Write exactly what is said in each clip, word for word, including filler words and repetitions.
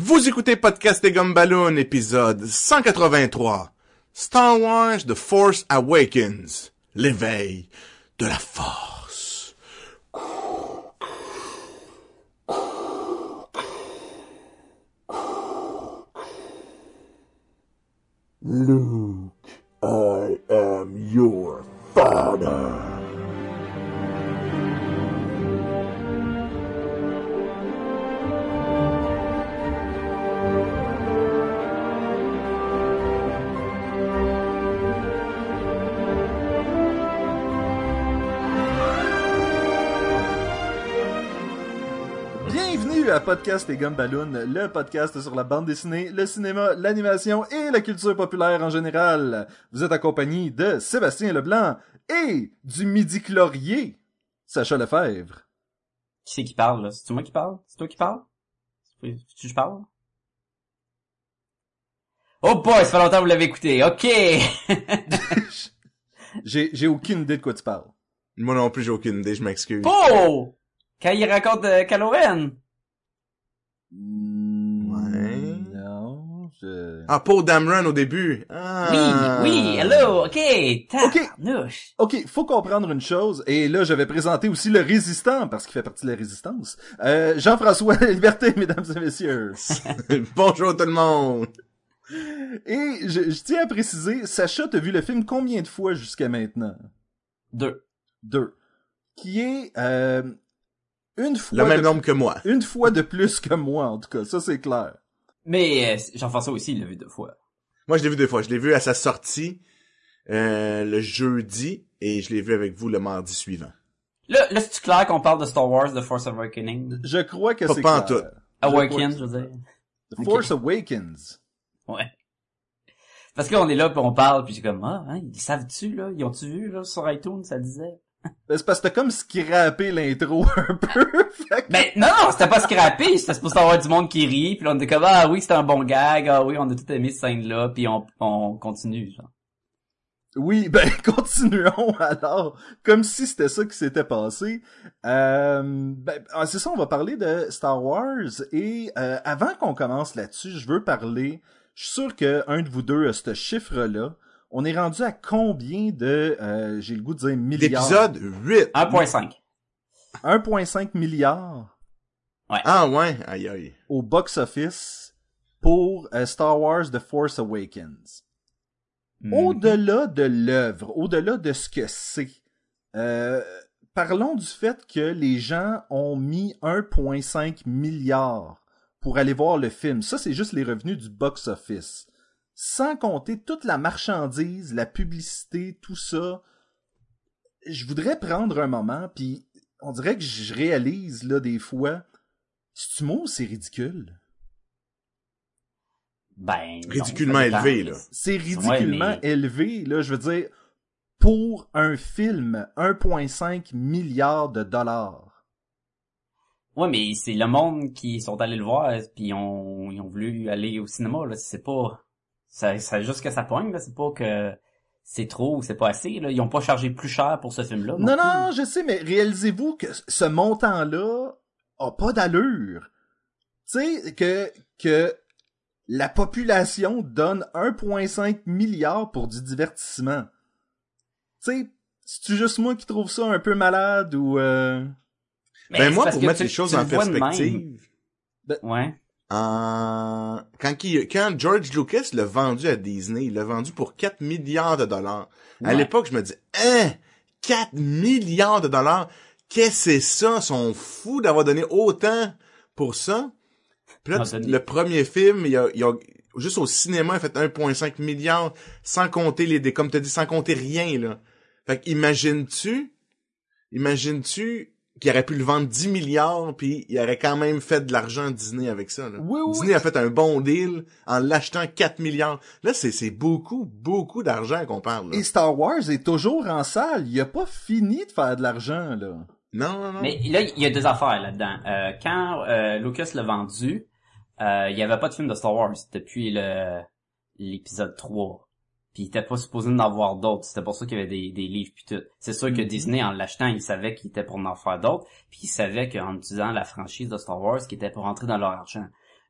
Vous écoutez Podcast et Gumballoon, épisode cent quatre-vingt-trois. Star Wars The Force Awakens. L'éveil de la Force. Luke, I am your father. Bienvenue à Podcast et Gumballoon, le podcast sur la bande dessinée, le cinéma, l'animation et la culture populaire en général. Vous êtes accompagné de Sébastien Leblanc et du midi-chlorier, Sacha Lefebvre. Qui c'est qui parle, là? C'est moi qui parle? C'est toi qui parle? C'est tu que je parle? Oh boy, ça fait longtemps que vous l'avez écouté, ok! j'ai, j'ai aucune idée de quoi tu parles. Moi non plus, j'ai aucune idée, je m'excuse. Oh! Quand il raconte euh, Kylo Ren. Ouais. Non, je... Ah, Poe Dameron au début. Ah. Oui, oui, hello, ok, Ok. tabarnouche. Ok, faut comprendre une chose, et là je vais présenter aussi le résistant, parce qu'il fait partie de la résistance. Euh, Jean-François Liberté, mesdames et messieurs. Bonjour tout le monde. Et je, je tiens à préciser, Sacha, t'as vu le film combien de fois jusqu'à maintenant? Deux. Deux. Qui est euh, une fois Le même de, nombre que moi. une fois de plus que moi, en tout cas, ça c'est clair. Mais euh, Jean-François aussi, il l'a vu deux fois. Moi, je l'ai vu deux fois. Je l'ai vu à sa sortie euh, le jeudi et je l'ai vu avec vous le mardi suivant. Là, là c'est-tu clair qu'on parle de Star Wars, The Force Awakening? Je crois que Pas c'est pas en clair. tout. Awakens, je veux dire. The Force Awakens. Ouais. Parce qu'on est là pis on parle pis j'ai comme, ah, hein, ils savent-tu, là? Ils ont-tu vu, là, sur iTunes, ça disait? Ben, c'est parce que t'as comme scrappé l'intro un peu. Fait que... Ben, non, non, c'était pas scrappé, c'était supposé avoir du monde qui rit, pis là, on était comme, ah oui, c'était un bon gag, ah oui, on a tout aimé cette scène-là, pis on, on continue, genre. Oui, ben continuons alors, comme si c'était ça qui s'était passé. Euh, ben, ah, c'est ça, on va parler de Star Wars, et euh, avant qu'on commence là-dessus, je veux parler, je suis sûr qu'un de vous deux a ce chiffre-là. On est rendu à combien de, euh, j'ai le goût de dire milliards? L'épisode huit. un virgule cinq. un virgule cinq milliard Ah ouais, aïe aïe. au box-office pour euh, Star Wars The Force Awakens. Mm. Au-delà de l'œuvre, au-delà de ce que c'est, euh, parlons du fait que les gens ont mis un virgule cinq milliard pour aller voir le film. Ça, c'est juste les revenus du box-office. Sans compter toute la marchandise, la publicité, tout ça. Je voudrais prendre un moment, puis on dirait que je réalise, là, des fois, c'est-tu mot ou c'est ridicule? Ben, non, Ridiculement ça dépend. élevé, là. C'est ridiculement Ouais, mais- élevé, là, je veux dire, pour un film, un virgule cinq milliard de dollars. Ouais, mais c'est le monde qui sont allés le voir, pis ils ont, ils ont voulu aller au cinéma, là, c'est pas, ça, c'est juste que ça pogne, là, c'est pas que c'est trop ou c'est pas assez, là, ils ont pas chargé plus cher pour ce film-là. Non, plus. non, je sais, mais réalisez-vous que ce montant-là a pas d'allure. Tu sais, que, que la population donne un virgule cinq milliard pour du divertissement. Tu sais, c'est-tu juste moi qui trouve ça un peu malade ou... Euh... Mais Ben c'est moi, parce pour que mettre tu- les choses tu en le vois de même. perspective, Ouais. euh, quand, il, quand George Lucas l'a vendu à Disney, il l'a vendu pour quatre milliards de dollars. À Ouais. l'époque, je me dis, hein, quatre milliards de dollars, qu'est-ce que c'est ça? Ils sont fous d'avoir donné autant pour ça. Puis là, Ah, tu- t'as dit- le premier film, il a, il a, juste au cinéma, il a fait un virgule cinq milliard, sans compter les, dé- comme t'as dit, sans compter rien, là. Fait que imagines-tu, imagines-tu qu'il aurait pu le vendre dix milliards, puis il aurait quand même fait de l'argent à Disney avec ça, là. Oui, oui, Disney oui. a fait un bon deal en l'achetant quatre milliards. Là, c'est, c'est beaucoup, beaucoup d'argent qu'on parle, là. Et Star Wars est toujours en salle. Il a pas fini de faire de l'argent, là. Non, non, non. Mais là, il y a deux affaires là-dedans. Euh, quand euh, Lucas l'a vendu, euh, il y avait pas de film de Star Wars depuis le l'épisode trois. Puis il était pas supposé d'en avoir d'autres. C'était pour ça qu'il y avait des, des livres puis tout. C'est sûr que Mm-hmm. Disney, en l'achetant, il savait qu'il était pour en faire d'autres. Puis il savait qu'en utilisant la franchise de Star Wars, qu'il était pour rentrer dans leur argent.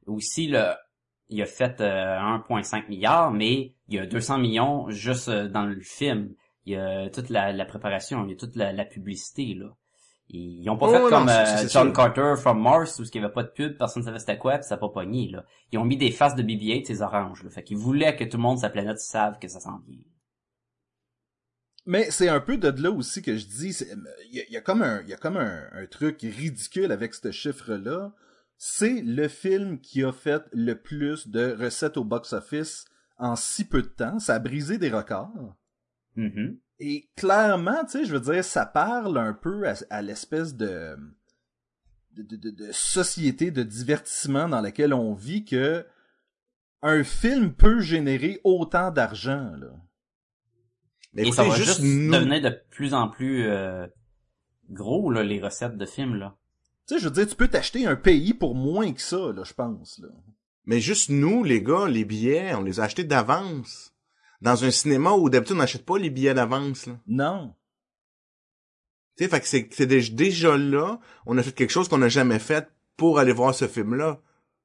aussi, là, il a fait euh, un virgule cinq milliard, mais il y a deux cents millions juste euh, dans le film. Il y a toute la, la préparation, il y a toute la, la publicité, là. Ils ont pas Oh, fait non, comme c'est- euh, c'est John sûr. Carter from Mars, où il y avait pas de pub, personne savait c'était quoi, puis ça a pas pogné, là. Ils ont mis des faces de B B eight, ces oranges, là. Fait qu'ils voulaient que tout le monde sur la planète sache que ça s'en vient. Mais c'est un peu de là aussi que je dis, il y, a- y a comme un, y a comme un, un truc ridicule avec ce chiffre-là. C'est le film qui a fait le plus de recettes au box-office en si peu de temps. Ça a brisé des records. Mm-hmm. Et clairement, tu sais, je veux dire, ça parle un peu à, à l'espèce de de, de, de de société de divertissement dans laquelle on vit que un film peut générer autant d'argent, là. Mais Et ça écoutez, va juste juste nous... devenir de plus en plus euh, gros, là, les recettes de films, là. Tu sais, je veux dire, tu peux t'acheter un pays pour moins que ça, là, je pense, là. Mais juste nous, les gars, les billets, on les a achetés d'avance. Dans un cinéma où d'habitude on n'achète pas les billets d'avance, là. Non. Tu sais, fait que c'est, c'est dé- déjà là, on a fait quelque chose qu'on n'a jamais fait pour aller voir ce film-là.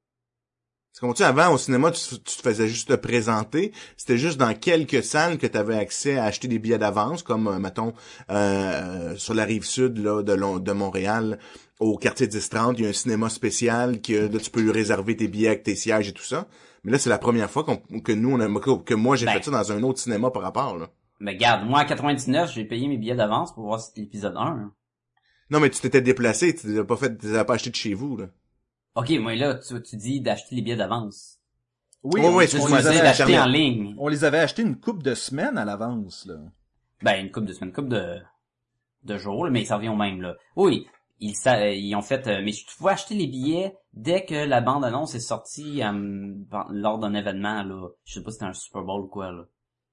C'est comme tu sais, avant, au cinéma, tu, tu te faisais juste te présenter. C'était juste dans quelques salles que tu avais accès à acheter des billets d'avance, comme, euh, mettons, euh, sur la rive sud là, de, Lon- de Montréal, au quartier dix trente, il y a un cinéma spécial que là, tu peux lui réserver tes billets avec tes sièges et tout ça. Mais là, c'est la première fois qu'on, que nous, on a, que, que moi, j'ai Ben. fait ça dans un autre cinéma par rapport, là. Mais regarde, moi, en quatre-vingt-dix-neuf, j'ai payé mes billets d'avance pour voir l'épisode un. Hein. Non, mais tu t'étais déplacé, tu t'es pas fait, tu t'es pas acheté de chez vous, là. Ok, moi là, tu, tu dis d'acheter les billets d'avance. Oui, Ouais, on, ouais, on excuse-moi, les Je c'est avait d'acheter achetés, en ligne. on les avait achetés une couple de semaines à l'avance, là. Ben, une couple de semaines, une couple de, de jours, là, mais ça revient au même, là. Oui, ils, ça, ils ont fait, euh, mais tu pouvais acheter les billets dès que la bande-annonce est sortie euh, lors d'un événement, là. Je sais pas si c'était un Super Bowl ou quoi, là.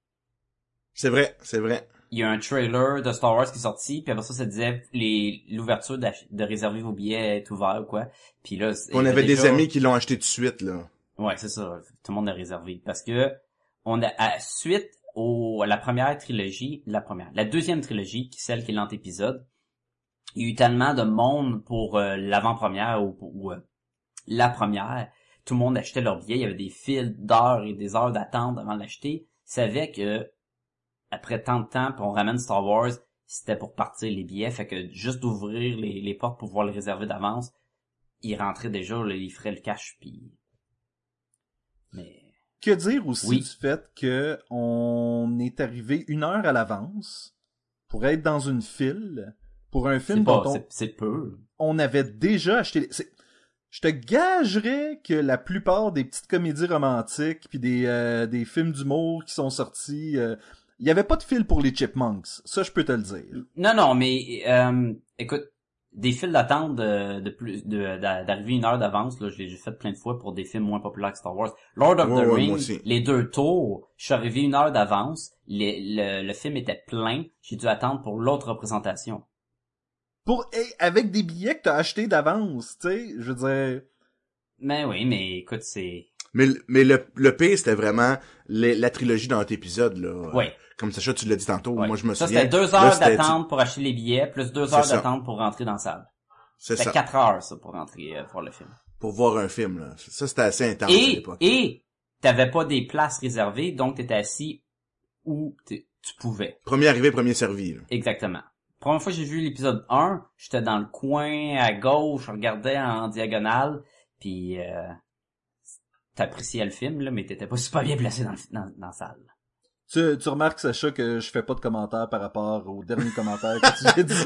C'est vrai, c'est vrai. Il y a un trailer de Star Wars qui est sorti, puis après ça, ça disait les l'ouverture d'ach- de réserver vos billets est ouverte ou quoi. Puis là, On avait des amis qui l'ont acheté tout de suite, là. Ouais, c'est ça. Tout le monde a réservé. Parce que, on a, à, suite au, à la première trilogie, la première, la deuxième trilogie, qui est celle qui est l'antépisode, il y a eu tellement de monde pour euh, l'avant-première ou, ou euh, la première. Tout le monde achetait leurs billets. Il y avait des files d'heures et des heures d'attente avant de l'acheter. Ils savaient que, après tant de temps, puis on ramène Star Wars, c'était pour partir les billets. Fait que juste d'ouvrir les, les portes pour pouvoir les réserver d'avance, ils rentraient déjà, là, ils feraient le cash, puis... Mais... Que dire aussi Oui. du fait que on est arrivé une heure à l'avance pour être dans une file pour un film C'est pas, dont on, c'est, c'est peu. on avait déjà acheté. les- c'est- Je te gagerais que la plupart des petites comédies romantiques puis des euh, des films d'humour qui sont sortis, euh, il y avait pas de file pour les Chipmunks. Ça, je peux te le dire. Non, non, mais euh, écoute, des files d'attente de, de plus de d'a- d'arriver une heure d'avance, là, je l'ai déjà fait plein de fois pour des films moins populaires que Star Wars. Lord of Ouais, the ouais, moi Rings, aussi. les deux tours, je suis arrivé une heure d'avance, les- le, le film était plein, j'ai dû attendre pour l'autre représentation. Pour hey, avec des billets que t'as achetés d'avance, tu sais, je veux dire. Mais oui, mais écoute, c'est... Mais, mais le, le pire, c'était vraiment les- la trilogie dans notre épisode, là. Ouais. Comme Sacha, tu l'as dit tantôt. Ouais. Moi, je me Ça, souviens. c'était deux Là, heures c'était- d'attente pour acheter les billets, plus deux C'est heures ça. d'attente pour rentrer dans la salle. C'est C'était ça. quatre heures, ça, pour rentrer euh, voir le film. Pour voir un film, là. Ça, c'était assez intense à Et, l'époque. et, t'avais pas des places réservées, donc t'étais assis où t'es- tu pouvais. Premier arrivé, premier servi, là. Exactement. Première fois que j'ai vu l'épisode un, j'étais dans le coin à gauche, je regardais en diagonale, puis euh, t'appréciais le film, là, mais t'étais pas super bien placé dans, le, dans, dans la salle. Tu, tu remarques, Sacha, que je fais pas de commentaires par rapport au dernier commentaire que tu viens de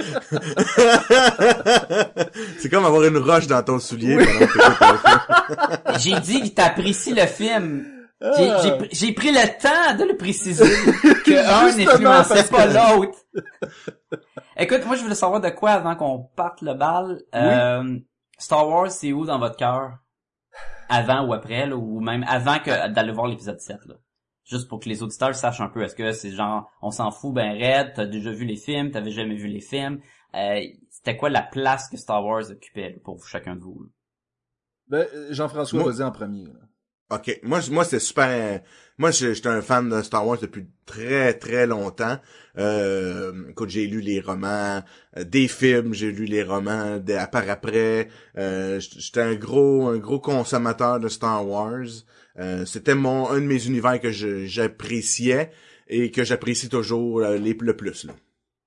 dire. C'est comme avoir une roche dans ton soulier pendant que t'écoutes un film. J'ai dit que t'apprécies le film. J'ai, Ah. j'ai, pr- j'ai pris le temps de le préciser que un Justement, n'influençait parce pas que- l'autre. Écoute, moi je voulais savoir de quoi avant qu'on parte le bal. Euh, Star Wars, c'est où dans votre cœur? Avant ou après, là, ou même avant que d'aller voir l'épisode sept, là. Juste pour que les auditeurs sachent un peu. Est-ce que c'est genre, on s'en fout ben raide, t'as déjà vu les films, t'avais jamais vu les films? Euh, c'était quoi la place que Star Wars occupait là, pour chacun de vous? Là? Ben, euh, Jean-François, Moi- vas-y en premier. Là. OK. Moi, moi c'était super... Moi, j'étais un fan de Star Wars depuis très, très longtemps. Euh, écoute, j'ai lu les romans, euh, des films, j'ai lu les romans de, à part après. Euh, j'étais un gros un gros consommateur de Star Wars. Euh, c'était mon un de mes univers que je, j'appréciais et que j'apprécie toujours euh, les, le plus, là.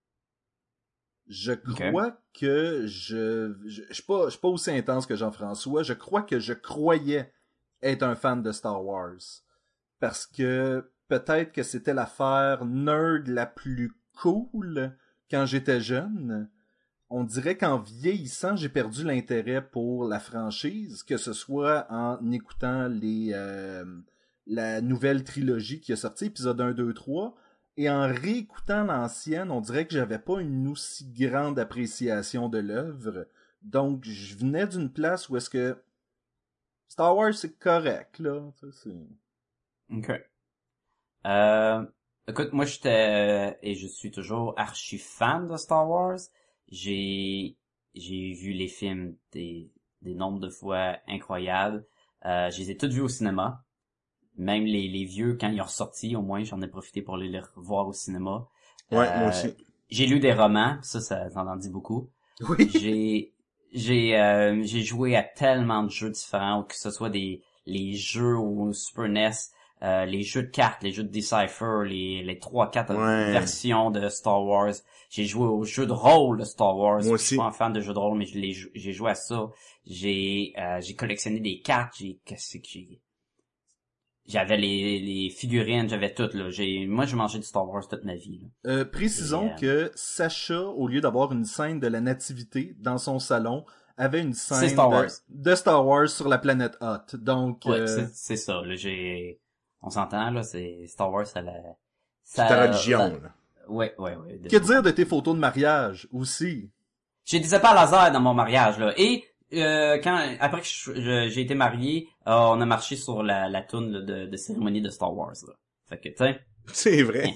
Je crois okay. que je... Je je suis pas, je suis pas aussi intense que Jean-François. Je crois que je croyais être un fan de Star Wars. Parce que peut-être que c'était l'affaire nerd la plus cool quand j'étais jeune. On dirait qu'en vieillissant, j'ai perdu l'intérêt pour la franchise, que ce soit en écoutant les euh, la nouvelle trilogie qui est sortie, épisode un, deux, trois, et en réécoutant l'ancienne, on dirait que j'avais pas une aussi grande appréciation de l'œuvre. Donc, je venais d'une place où est-ce que Star Wars, c'est correct, là. C'est... OK. Euh, écoute, moi, j'étais, et je suis toujours archi fan de Star Wars. J'ai, j'ai vu les films des, des nombres de fois incroyables. Euh, je les ai toutes vus au cinéma. Même les, les vieux, quand ils ont ressorti, au moins, j'en ai profité pour les, les revoir au cinéma. Ouais, euh, moi aussi. J'ai lu des romans, ça, ça, ça en dit beaucoup. Oui. J'ai, j'ai, euh, j'ai joué à tellement de jeux différents, que ce soit des, les jeux au Super N E S, euh, les jeux de cartes, les jeux de Decipher, les, les trois, quatre ouais. versions de Star Wars. J'ai joué aux jeux de rôle de Star Wars. Moi aussi. Je suis pas un fan de jeux de rôle, mais je l'ai, j'ai joué à ça. J'ai, euh, j'ai collectionné des cartes, j'ai, qu'est-ce que j'ai, j'avais les, les figurines, j'avais tout, là. J'ai, moi, j'ai mangé du Star Wars toute ma vie, là. Euh, précisons Et, euh... que Sacha, au lieu d'avoir une scène de la nativité dans son salon, avait une scène Star de, Wars. de Star Wars sur la planète Hoth. Donc, ouais, euh... c'est, c'est ça, là. J'ai, on s'entend, là, c'est Star Wars, ça la, ça, c'est ta religion, ça... là. Ouais, ouais, ouais. Que dire de tes photos de mariage, aussi? J'ai des épées à laser dans mon mariage, là. Et, Euh, quand après que je, je, j'ai été marié, euh, on a marché sur la, la toune là, de, de cérémonie de Star Wars. Là. Fait que, tu c'est vrai.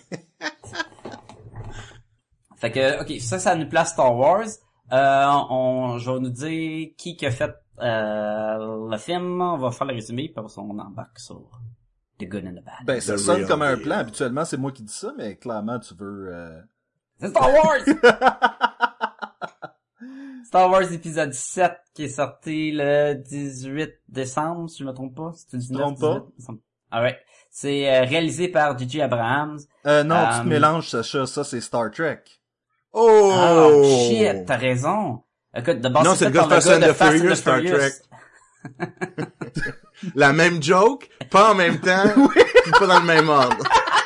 Fait que, ok, ça, ça nous place Star Wars. Euh, on, je vais nous dire qui qui a fait euh, le film. On va faire le résumé, puis après ça, on embarque sur The Good and the Bad. Ben, ça The sonne real comme un deal. plan. Habituellement, c'est moi qui dis ça, mais clairement, tu veux... Euh... C'est Star Wars! Star Wars épisode sept qui est sorti le dix-huit décembre, si je me trompe pas. C'est le dix-neuf, trompe pas. dix-huit. Ah ouais. C'est euh, réalisé par J J Abrams. Euh, non, euh, tu te mélanges, Sacha. Ça, c'est Star Trek. Oh! Oh shit, t'as raison. Écoute, de base, non, c'est c'est fait le par gars Fast and de the Furious, Star Trek. La même joke, pas en même temps, pis pas dans le même ordre.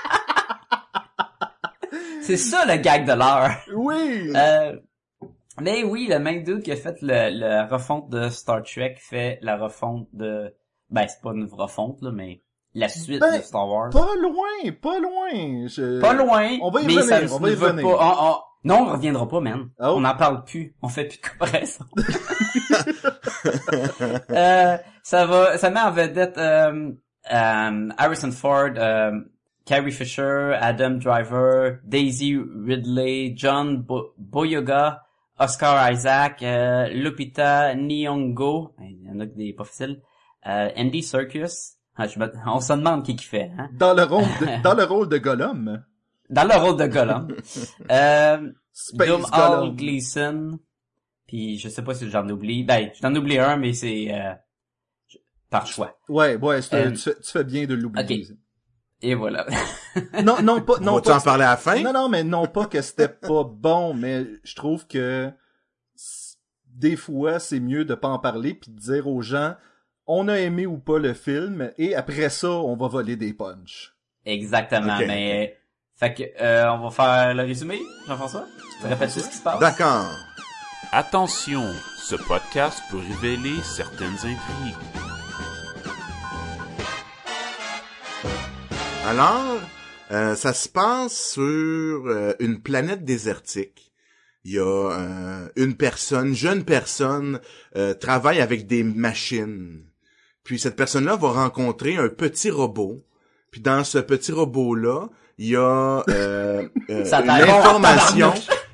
C'est ça le gag de l'heure. Oui! Euh, mais oui, le même dude qui a fait le, le refonte de Star Trek fait la refonte de... Ben, c'est pas une refonte, là, mais la suite Ben, de Star Wars. Pas loin, pas loin. Je... Pas loin, On va y mais revenir, ça on va y ne veut revenir. pas... on- on- Non, on reviendra pas, man. Oh. On n'en parle plus. On fait plus de comparaison. euh, ça va, ça met en vedette euh, euh, Harrison Ford, euh, Carrie Fisher, Adam Driver, Daisy Ridley, John Bo- Boyega, Oscar Isaac, euh, Lupita Nyong'o, il y en a des pas faciles, euh, Andy Serkis. Ah, je me- on se demande qui qui fait, hein? Dans le rôle de, dans le rôle de Gollum. Dans le rôle de Gollum. euh, Space Dom Gollum. Hall Gleason. Puis je sais pas si j'en oublie. Ben, j'en oublie un, mais c'est euh, je- par choix. Ouais, ouais, c'est- Euh, tu, fais, tu fais bien de l'oublier. ok. Et voilà. Non, non, pas, non, On va-tu pas en parler à la fin? Non, non, mais non pas que c'était pas bon, mais je trouve que c- des fois, c'est mieux de pas en parler puis de dire aux gens, on a aimé ou pas le film, et après ça, on va voler des punchs. Exactement. Ok, mais fait que euh, on va faire le résumé, Jean-François. Tu répètes tout ce qui se passe. D'accord. Attention, ce podcast peut révéler certaines intrigues. Alors, euh, ça se passe sur euh, une planète désertique. Il y a euh, une personne, jeune personne, euh, travaille avec des machines. Puis cette personne-là va rencontrer un petit robot. Puis dans ce petit robot-là, il y a euh, euh, Ça une t'a l'air bon, information. Ce qui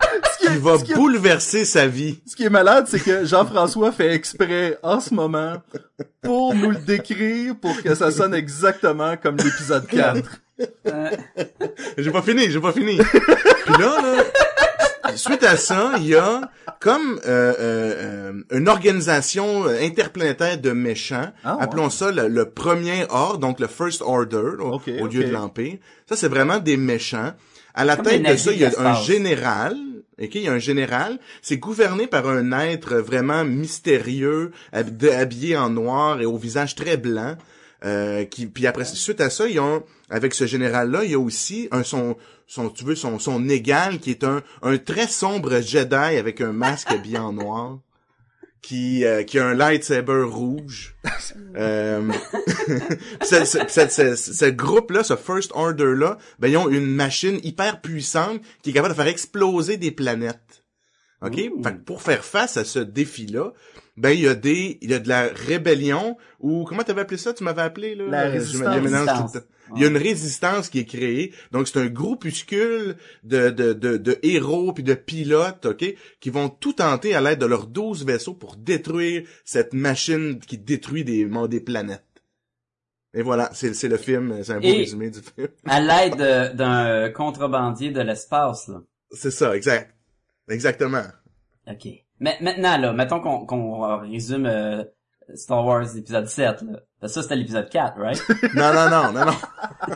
qui est, qui va ce qui est- bouleverser sa vie. Ce qui est malade, c'est que Jean-François fait exprès en ce moment pour nous le décrire pour que ça sonne exactement comme l'épisode quatre. Euh, J'ai pas fini, j'ai pas fini. Puis là, là, suite à ça, il y a comme euh, euh, euh, une organisation interplanétaire de méchants. Ah, ouais. Appelons ça le, le premier ordre, donc le First Order, au, Ok, au lieu ok. de l'Empire. Ça, c'est vraiment des méchants. À la Comme tête les de ça, il y a nazis de un l'espace. général. Ok, il y a un général. C'est gouverné par un être vraiment mystérieux, hab- de- habillé en noir et au visage très blanc. Euh, qui, puis après, suite à ça, ils ont, avec ce général-là, il y a aussi un son, son, tu veux, son, son égal qui est un, un très sombre Jedi avec un masque habillé en noir, qui, euh, qui a un lightsaber rouge. euh, ce, ce, ce, ce, ce groupe-là, ce First Order-là, ben ils ont une machine hyper puissante qui est capable de faire exploser des planètes. OK? Ouh. Fait que pour faire face à ce défi-là, ben il y a des il y a de la rébellion ou comment t'avais appelé ça? Tu m'avais appelé là? La Euh, je me- résistance. je mélange tout le temps. Il y a Ouais. une résistance qui est créée. Donc c'est un groupuscule de de de, de héros puis de pilotes, OK, qui vont tout tenter à l'aide de leurs douze vaisseaux pour détruire cette machine qui détruit des mon- des planètes. Et voilà, c'est c'est le film, c'est un beau Et- résumé du film. à l'aide de- d'un contrebandier de l'espace, là. C'est ça, exact. Exactement. OK. Mais maintenant, là, mettons qu'on qu'on résume euh, Star Wars épisode sept, là. Parce que ça, c'était l'épisode quatre, right? Non, non, non, non, non.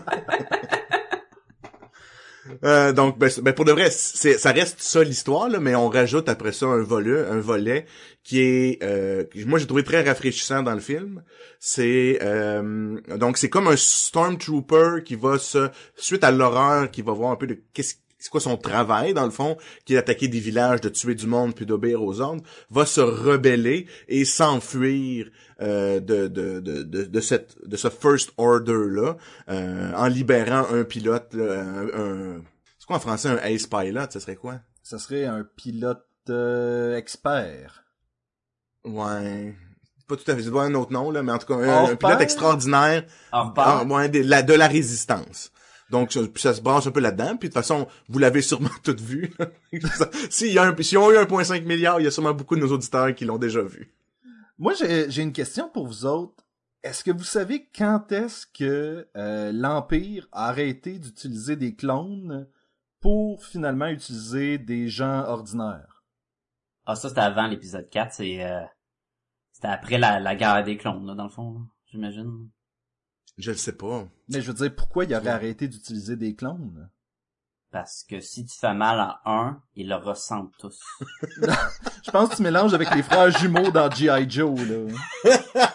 Euh, donc, ben, c'est- ben, pour de vrai, c'est, ça reste ça l'histoire, là, mais on rajoute après ça un volet, un volet qui est, euh, que moi j'ai trouvé très rafraîchissant dans le film. C'est euh, donc c'est comme un stormtrooper qui va se, suite à l'horreur, qui va voir un peu de qu'est-ce c'est quoi son travail dans le fond, qui est d'attaquer des villages, de tuer du monde puis d'obéir aux ordres, va se rebeller et s'enfuir euh, de, de de de de cette de ce First Order là, euh, en libérant un pilote, là, un, un c'est quoi en français un ace pilot, ça serait quoi? Ça serait un pilote euh, expert. Ouais, c'est pas tout à fait, c'est pas un autre nom là, mais en tout cas un, Hors un pilote pair? extraordinaire, Hors ah, pair. ouais, de la de la résistance. Donc, ça, puis ça se brasse un peu là-dedans. Puis de toute façon, vous l'avez sûrement tout vu. S'il y a un, s'ils ont eu un virgule cinq milliard, il y a sûrement beaucoup de nos auditeurs qui l'ont déjà vu. Moi, j'ai j'ai une question pour vous autres. Est-ce que vous savez quand est-ce que euh, l'Empire a arrêté d'utiliser des clones pour finalement utiliser des gens ordinaires? Ah, ça, c'était avant l'épisode quatre. C'est, euh, c'était après la, la guerre des clones, là, dans le fond, là, j'imagine. Je le sais pas. Mais je veux dire, pourquoi il aurait arrêté d'utiliser des clones? Parce que si tu fais mal à un, ils le ressentent tous. Je pense que tu mélanges avec les frères jumeaux dans G I. Joe, là.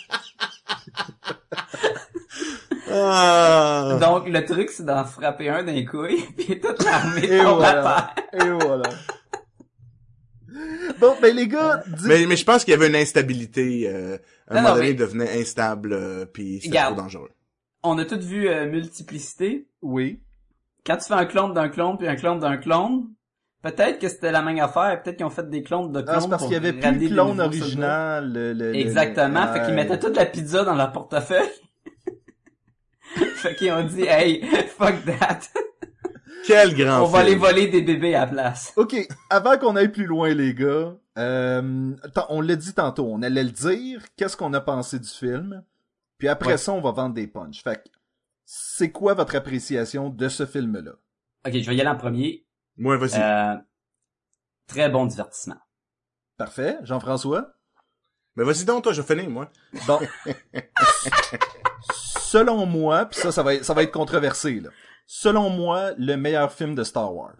Ah! Donc, le truc, c'est d'en frapper un d'un couille, puis toute l'armée Et tombe à voilà. terre. Et voilà. Bon, ben les gars, dites... Mais, mais je pense qu'il y avait une instabilité. Euh, à un Non, moment non, donné, mais- il devenait instable, euh, puis c'était Regarde. trop dangereux. On a tous vu euh, Multiplicité. Oui. Quand tu fais un clone d'un clone, puis un clone d'un clone, peut-être que c'était la même affaire. Peut-être qu'ils ont fait des clones de clones Ah, c'est parce pour qu'il y avait plus ramener le des clone nouveaux original. Le, le- soldats. le- Exactement. le- Fait qu'ils Ouais. mettaient toute la pizza dans leur portefeuille. Fait qu'ils ont dit, hey, fuck that. Quel grand On va aller film. voler des bébés à la place. OK, avant qu'on aille plus loin, les gars, euh, attends, on l'a dit tantôt, on allait le dire, qu'est-ce qu'on a pensé du film, puis après Ouais. ça, on va vendre des punchs. Fait que, c'est quoi votre appréciation de ce film-là? Ok, je vais y aller en premier. Ouais, vas-y. Euh, très bon divertissement. Parfait, Jean-François? Mais vas-y donc, toi, je finis, moi. Bon. Selon moi, puis ça, ça va, être, ça va être controversé, là. Selon moi, le meilleur film de Star Wars.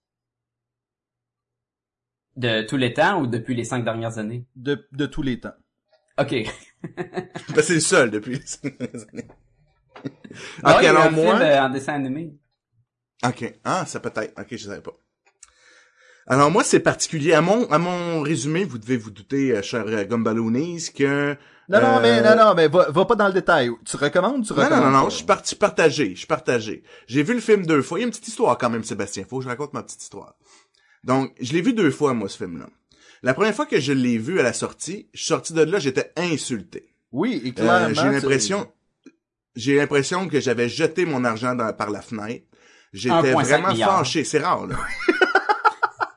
De tous les temps ou depuis les cinq dernières années? De, de tous les temps. Ok. Ben, c'est le seul depuis les années. Ah Ok, oui, il y a alors un moi... film euh, en dessin animé. Ok. Ah, ça peut-être. Ok, je savais pas. Alors moi, c'est particulier. À mon, à mon résumé, vous devez vous douter, euh, cher euh, Gumballoonies, que... Non, non, euh, mais, non, non, mais va, va pas dans le détail. Tu recommandes ou tu Non, non, recommandes non, non, pas? je suis parti partagé, je suis partagé. J'ai vu le film deux fois. Il y a une petite histoire quand même, Sébastien. Faut que je raconte ma petite histoire. Donc, je l'ai vu deux fois, moi, ce film-là. La première fois que je l'ai vu à la sortie, je suis sorti de là, j'étais insulté. Oui, et Euh, clairement... j'ai tu- l'impression, j'ai l'impression que j'avais jeté mon argent dans- par la fenêtre. J'étais un virgule cinq vraiment milliard. fâché. C'est rare, là.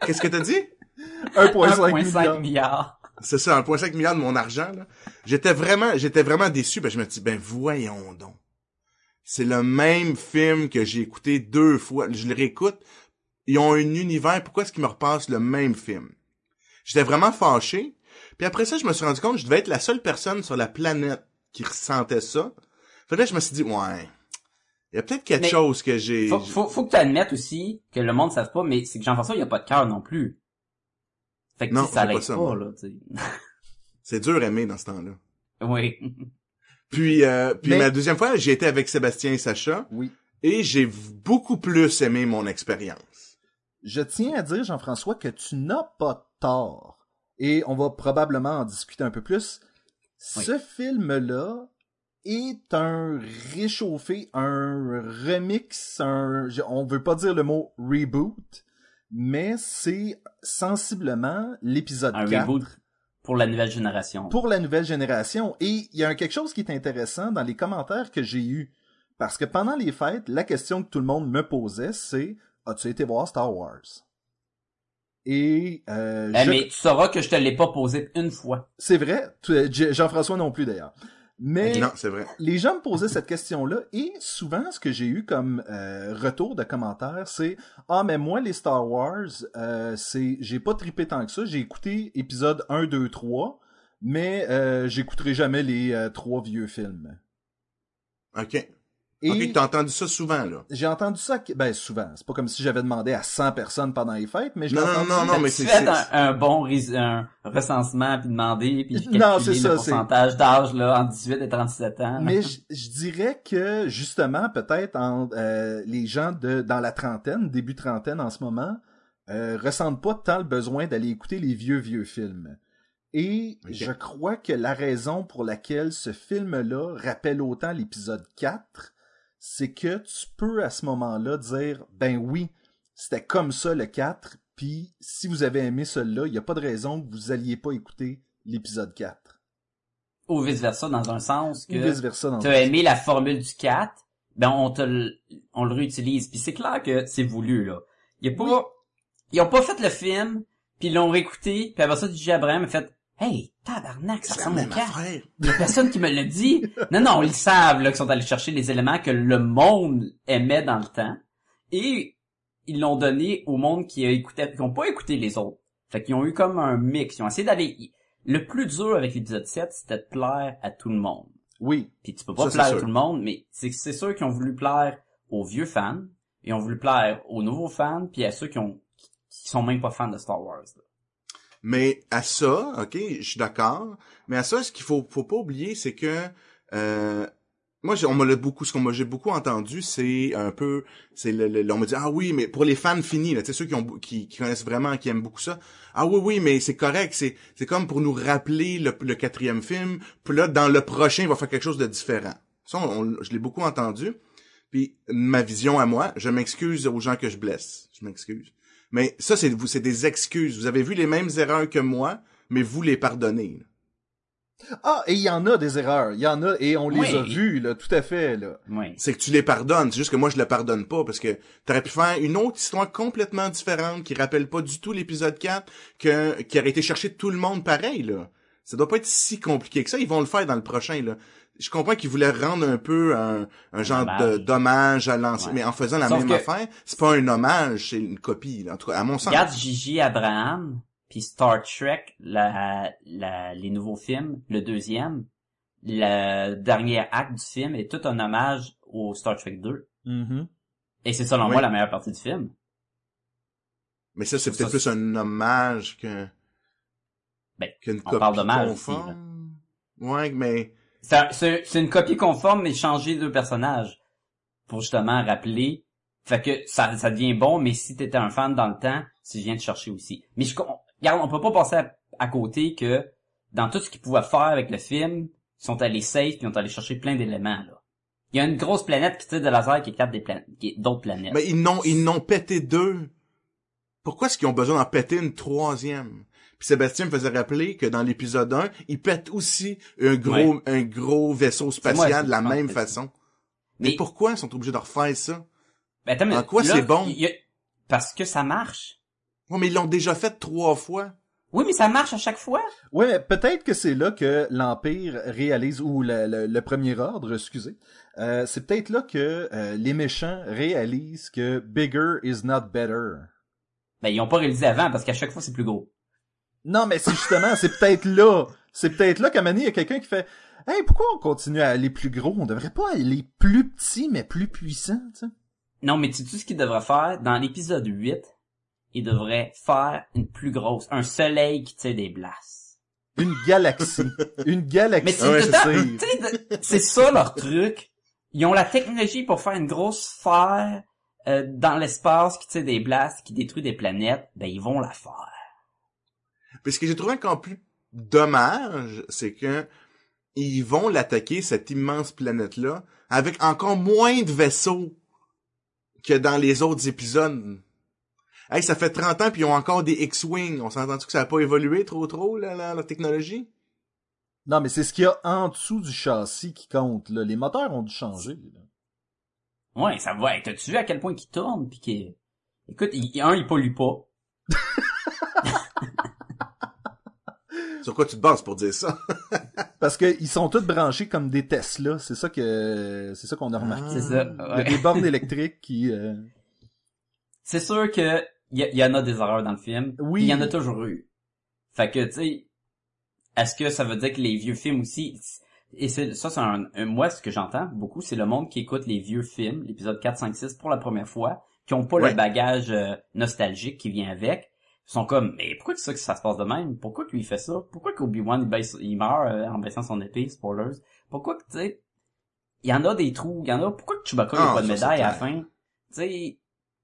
Qu'est-ce que t'as dit? un virgule cinq un virgule cinq milliard. milliard. C'est ça, un virgule cinq milliard de mon argent, là. J'étais vraiment, j'étais vraiment déçu, parce que je me dis, ben, voyons donc. C'est le même film que j'ai écouté deux fois. Je le réécoute. Ils ont un univers. Pourquoi est-ce qu'ils me repassent le même film? J'étais vraiment fâché. Puis après ça, je me suis rendu compte que je devais être la seule personne sur la planète qui ressentait ça. Fait que là, je me suis dit, ouais, il y a peut-être quelque Mais chose que j'ai... Faut, faut, faut que tu admettes aussi que le monde ne sache pas, mais c'est que Jean-François, il a pas de cœur non plus. Fait que Non, tu sais, ça j'ai pas l'aide ça, pas, moi. là, tu sais. C'est dur aimer dans ce temps-là. Oui. Puis, euh, puis Mais- ma deuxième fois, j'ai été avec Sébastien et Sacha. Oui. Et j'ai v- beaucoup plus aimé mon expérience. Je tiens à dire, Jean-François, que tu n'as pas tort. Et on va probablement en discuter un peu plus. Oui. Ce film-là est un réchauffé, un remix, un, je- on veut pas dire le mot reboot, mais c'est sensiblement l'épisode Un quatre. reboot pour la nouvelle génération. Pour la nouvelle génération. Et il y a un- quelque chose qui est intéressant dans les commentaires que j'ai eus. Parce que pendant les fêtes, la question que tout le monde me posait, c'est « As-tu été voir Star Wars? » Et euh, Eh, je- mais tu sauras que je te l'ai pas posé une fois. c'est vrai, tu- euh, J- Jean-François non plus d'ailleurs. Mais Non, c'est vrai. les gens me posaient cette question-là et souvent, ce que j'ai eu comme euh, retour de commentaires, c'est « Ah, mais moi, les Star Wars, euh, c'est j'ai pas trippé tant que ça. J'ai écouté épisode un, deux, trois, mais euh, j'écouterai jamais les euh, trois vieux films. » OK. Et OK, t'as entendu ça souvent, là. j'ai entendu ça, que- ben souvent, c'est pas comme si j'avais demandé à cent personnes pendant les fêtes, mais je l'ai Non, non, entendu... non, non, mais Tu c'est... fais c'est- un, un bon rés- un recensement puis demander puis calculer Non, c'est le ça, c'est- pourcentage d'âge là entre dix-huit et trente-sept ans. là. Mais je, je dirais que justement, peut-être en, euh, les gens de dans la trentaine, début trentaine en ce moment, euh, ressentent pas tant le besoin d'aller écouter les vieux vieux films. Et Ok. je crois que la raison pour laquelle ce film-là rappelle autant l'épisode quatre, c'est que tu peux à ce moment-là dire, ben oui, c'était comme ça le quatre, puis si vous avez aimé celui-là, il n'y a pas de raison que vous alliez pas écouter l'épisode quatre. Ou vice versa dans un sens Ou que vice-versa dans tu le as aimé la formule du quatre, ben on te le, on le réutilise. Puis c'est clair que c'est voulu là. Il y a pas, Oui. ils ont pas fait le film, puis ils l'ont réécouté, puis après ça D J Abraham a fait hey, tabarnak, ça C'est la ressemble au même quatre. affaire. Il y a personne qui me l'a dit. Non, non, ils savent là, qu'ils sont allés chercher les éléments que le monde aimait dans le temps. Et ils l'ont donné au monde qui a écouté, qui n'ont pas écouté les autres. Fait qu'ils ont eu comme un mix. Ils ont essayé d'aller... Le plus dur avec l'épisode sept, c'était de plaire à tout le monde. Oui. Puis tu peux pas Ça, c'est plaire à sûr. tout le monde, mais c'est c'est sûr qu'ils ont voulu plaire aux vieux fans, et ont voulu plaire aux nouveaux fans, puis à ceux qui ont qui sont même pas fans de Star Wars. là. Mais à ça, OK, je suis d'accord, mais à ça, ce qu'il faut, faut pas oublier, c'est que... Euh, moi, j'ai- on me l'a beaucoup, ce qu'on m'a j'ai beaucoup entendu, c'est un peu, c'est le, le- on me dit ah oui, mais pour les fans finis, là, tu sais ceux qui ont, qui, qui connaissent vraiment, qui aiment beaucoup ça, ah oui oui, mais c'est correct, c'est, c'est comme pour nous rappeler le, le quatrième film, puis là dans le prochain, il va faire quelque chose de différent. Ça, on- on- je l'ai beaucoup entendu. Puis ma vision à moi, je m'excuse aux gens que je blesse, je m'excuse. Mais ça, c'est vous, c'est des excuses. Vous avez vu les mêmes erreurs que moi, mais vous les pardonnez. là. Ah, et il y en a des erreurs. Il y en a, et on les Oui. a vues, là, tout à fait, là. Oui. C'est que tu les pardonnes. C'est juste que moi, je le pardonne pas parce que t'aurais pu faire une autre histoire complètement différente qui rappelle pas du tout l'épisode quatre, que, qui aurait été chercher tout le monde pareil, là. Ça doit pas être si compliqué que ça. Ils vont le faire dans le prochain, là. Je comprends qu'ils voulaient rendre un peu un, un genre hommage. de d'hommage à l'ancien, Ouais. mais en faisant la Sauf même que- affaire, c'est pas un hommage, c'est une copie, là. En tout cas, à mon sens. Regarde J J Abraham, puis Star Trek, la, la, les nouveaux films, le deuxième, le dernier acte du film est tout un hommage au Star Trek deux. Mhm. Et c'est selon Oui. moi la meilleure partie du film. Mais ça, c'est Ça, peut-être plus un hommage que, Ben, qu'une on copie parle d'hommage aussi, conforme. Ouais, mais, C'est un- C'est c'est une copie conforme, mais changer deux personnages. Pour justement rappeler. Fait que ça, ça devient bon, mais si t'étais un fan dans le temps, tu viens te chercher aussi. Mais je, on, regarde, on peut pas passer à, à côté que dans tout ce qu'ils pouvaient faire avec le film, ils sont allés safe puis ils ont allé chercher plein d'éléments, là. Il y a une grosse planète qui tire de laser qui éclate des planètes, qui est d'autres planètes. mais ils n'ont, ils n'ont pété deux. Pourquoi est-ce qu'ils ont besoin d'en péter une troisième? Puis Sébastien me faisait rappeler que dans l'épisode un, ils pètent aussi un gros, Ouais. un gros vaisseau moi, spatial c'est- de la je pense même que c'est façon. Mais, Mais- pourquoi ils sont obligés de refaire ça? Ben, attends, mais en quoi là, c'est bon? il y a- parce que ça marche. Ouais, mais ils l'ont déjà fait trois fois. Oui, mais ça marche à chaque fois. Ouais, mais peut-être que c'est là que l'Empire réalise, ou le, le, le Premier Ordre, excusez, euh, c'est peut-être là que euh, les méchants réalisent que bigger is not better. Ben, ils ont pas réalisé avant, parce qu'à chaque fois, c'est plus gros. Non, mais c'est justement, c'est peut-être là, c'est peut-être là qu'à un moment donné, il y a quelqu'un qui fait « Hey, pourquoi on continue à aller plus gros? On devrait pas aller plus petit, mais plus puissant, tu sais. » Non, mais tu sais ce qu'ils devraient faire? Dans l'épisode huit, ils devraient faire une plus grosse, un soleil qui tire des blasts. Une galaxie. Une galaxie. Mais c'est ouais, tout le temps, tu sais, c'est ça leur truc. Ils ont la technologie pour faire une grosse sphère euh, dans l'espace qui tire des blasts, qui détruit des planètes. Ben, ils vont la faire. Puis ce que j'ai trouvé encore plus dommage, c'est que ils vont l'attaquer, cette immense planète-là, avec encore moins de vaisseaux que dans les autres épisodes. Hey, ça fait trente ans, puis ils ont encore des X-Wing. On s'entend-tu que ça a pas évolué trop trop, là, la, la technologie? Non, mais c'est ce qu'il y a en dessous du châssis qui compte, là. Les moteurs ont dû changer, là. Ouais, ça va. T'as-tu vu à quel point qu'ils tournent, pis qu'ils... Écoute, il, un, il pollue pas. Sur quoi tu te bases pour dire ça? Parce que ils sont tous branchés comme des Tesla. C'est ça que, c'est ça qu'on a remarqué. C'est ça. Il y a Ouais. des bornes électriques qui, euh... C'est sûr que il y, y en a des erreurs dans le film. Oui. Il y en a toujours eu. Fait que, tu sais, est-ce que ça veut dire que les vieux films aussi... Et c'est ça, c'est un, un... Moi, ce que j'entends beaucoup, c'est le monde qui écoute les vieux films, l'épisode quatre, cinq, six, pour la première fois, qui ont pas Ouais. le bagage euh, nostalgique qui vient avec. Ils sont comme, mais pourquoi c'est ça que ça se passe de même? Pourquoi qu'il fait ça? Pourquoi qu'Obi-Wan, il, baisse, il meurt euh, en baissant son épée, spoilers? Pourquoi que, tu sais... Il y en a des trous, il y en a... Pourquoi que Chewbacca n'a Ah, pas de ça, médaille c'est à la clair. fin? Tu sais...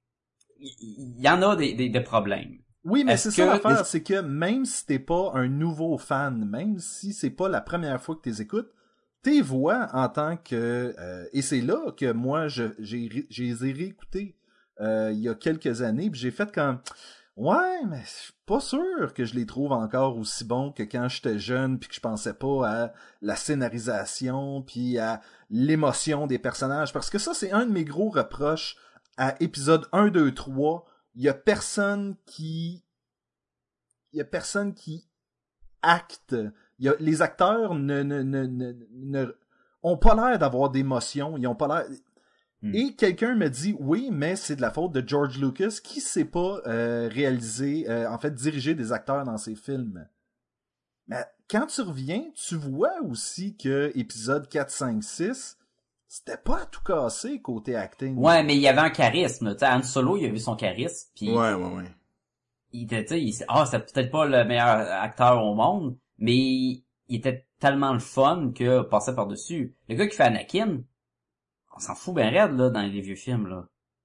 Il y en a des, des, des problèmes. Oui, mais Est-ce c'est ça que l'affaire, les- c'est que même si t'es pas un nouveau fan, même si c'est pas la première fois que t'es écoutes, tes voix en tant que... Euh, et c'est là que moi, je, j'ai, ré- j'ai les ai réécoutés euh, il y a quelques années, puis j'ai fait comme... Ouais, mais je suis pas sûr que je les trouve encore aussi bons que quand j'étais jeune, puis que je pensais pas à la scénarisation, puis à l'émotion des personnages. Parce que ça, c'est un de mes gros reproches à épisode un, deux, trois. Il y a personne qui... Il y a personne qui acte. Il y a... Les acteurs ne, ne, ne, ne, ne... ont pas l'air d'avoir d'émotion. Ils ont pas l'air... Hmm. Et quelqu'un me dit, oui, mais c'est de la faute de George Lucas qui sait pas euh, réaliser, euh, en fait, diriger des acteurs dans ses films. Mais quand tu reviens, tu vois aussi que épisode quatre, cinq, six, c'était pas à tout casser côté acting. Ouais, mais il y avait un charisme. Tu sais, Han Solo, il a vu son charisme, puis Ouais, ouais, ouais. il était, tu sais, il- ah, c'est peut-être pas le meilleur acteur au monde, mais il, il était tellement le fun que passait par-dessus. Le gars qui fait Anakin, on s'en fout ben raide, là, dans les vieux films, là.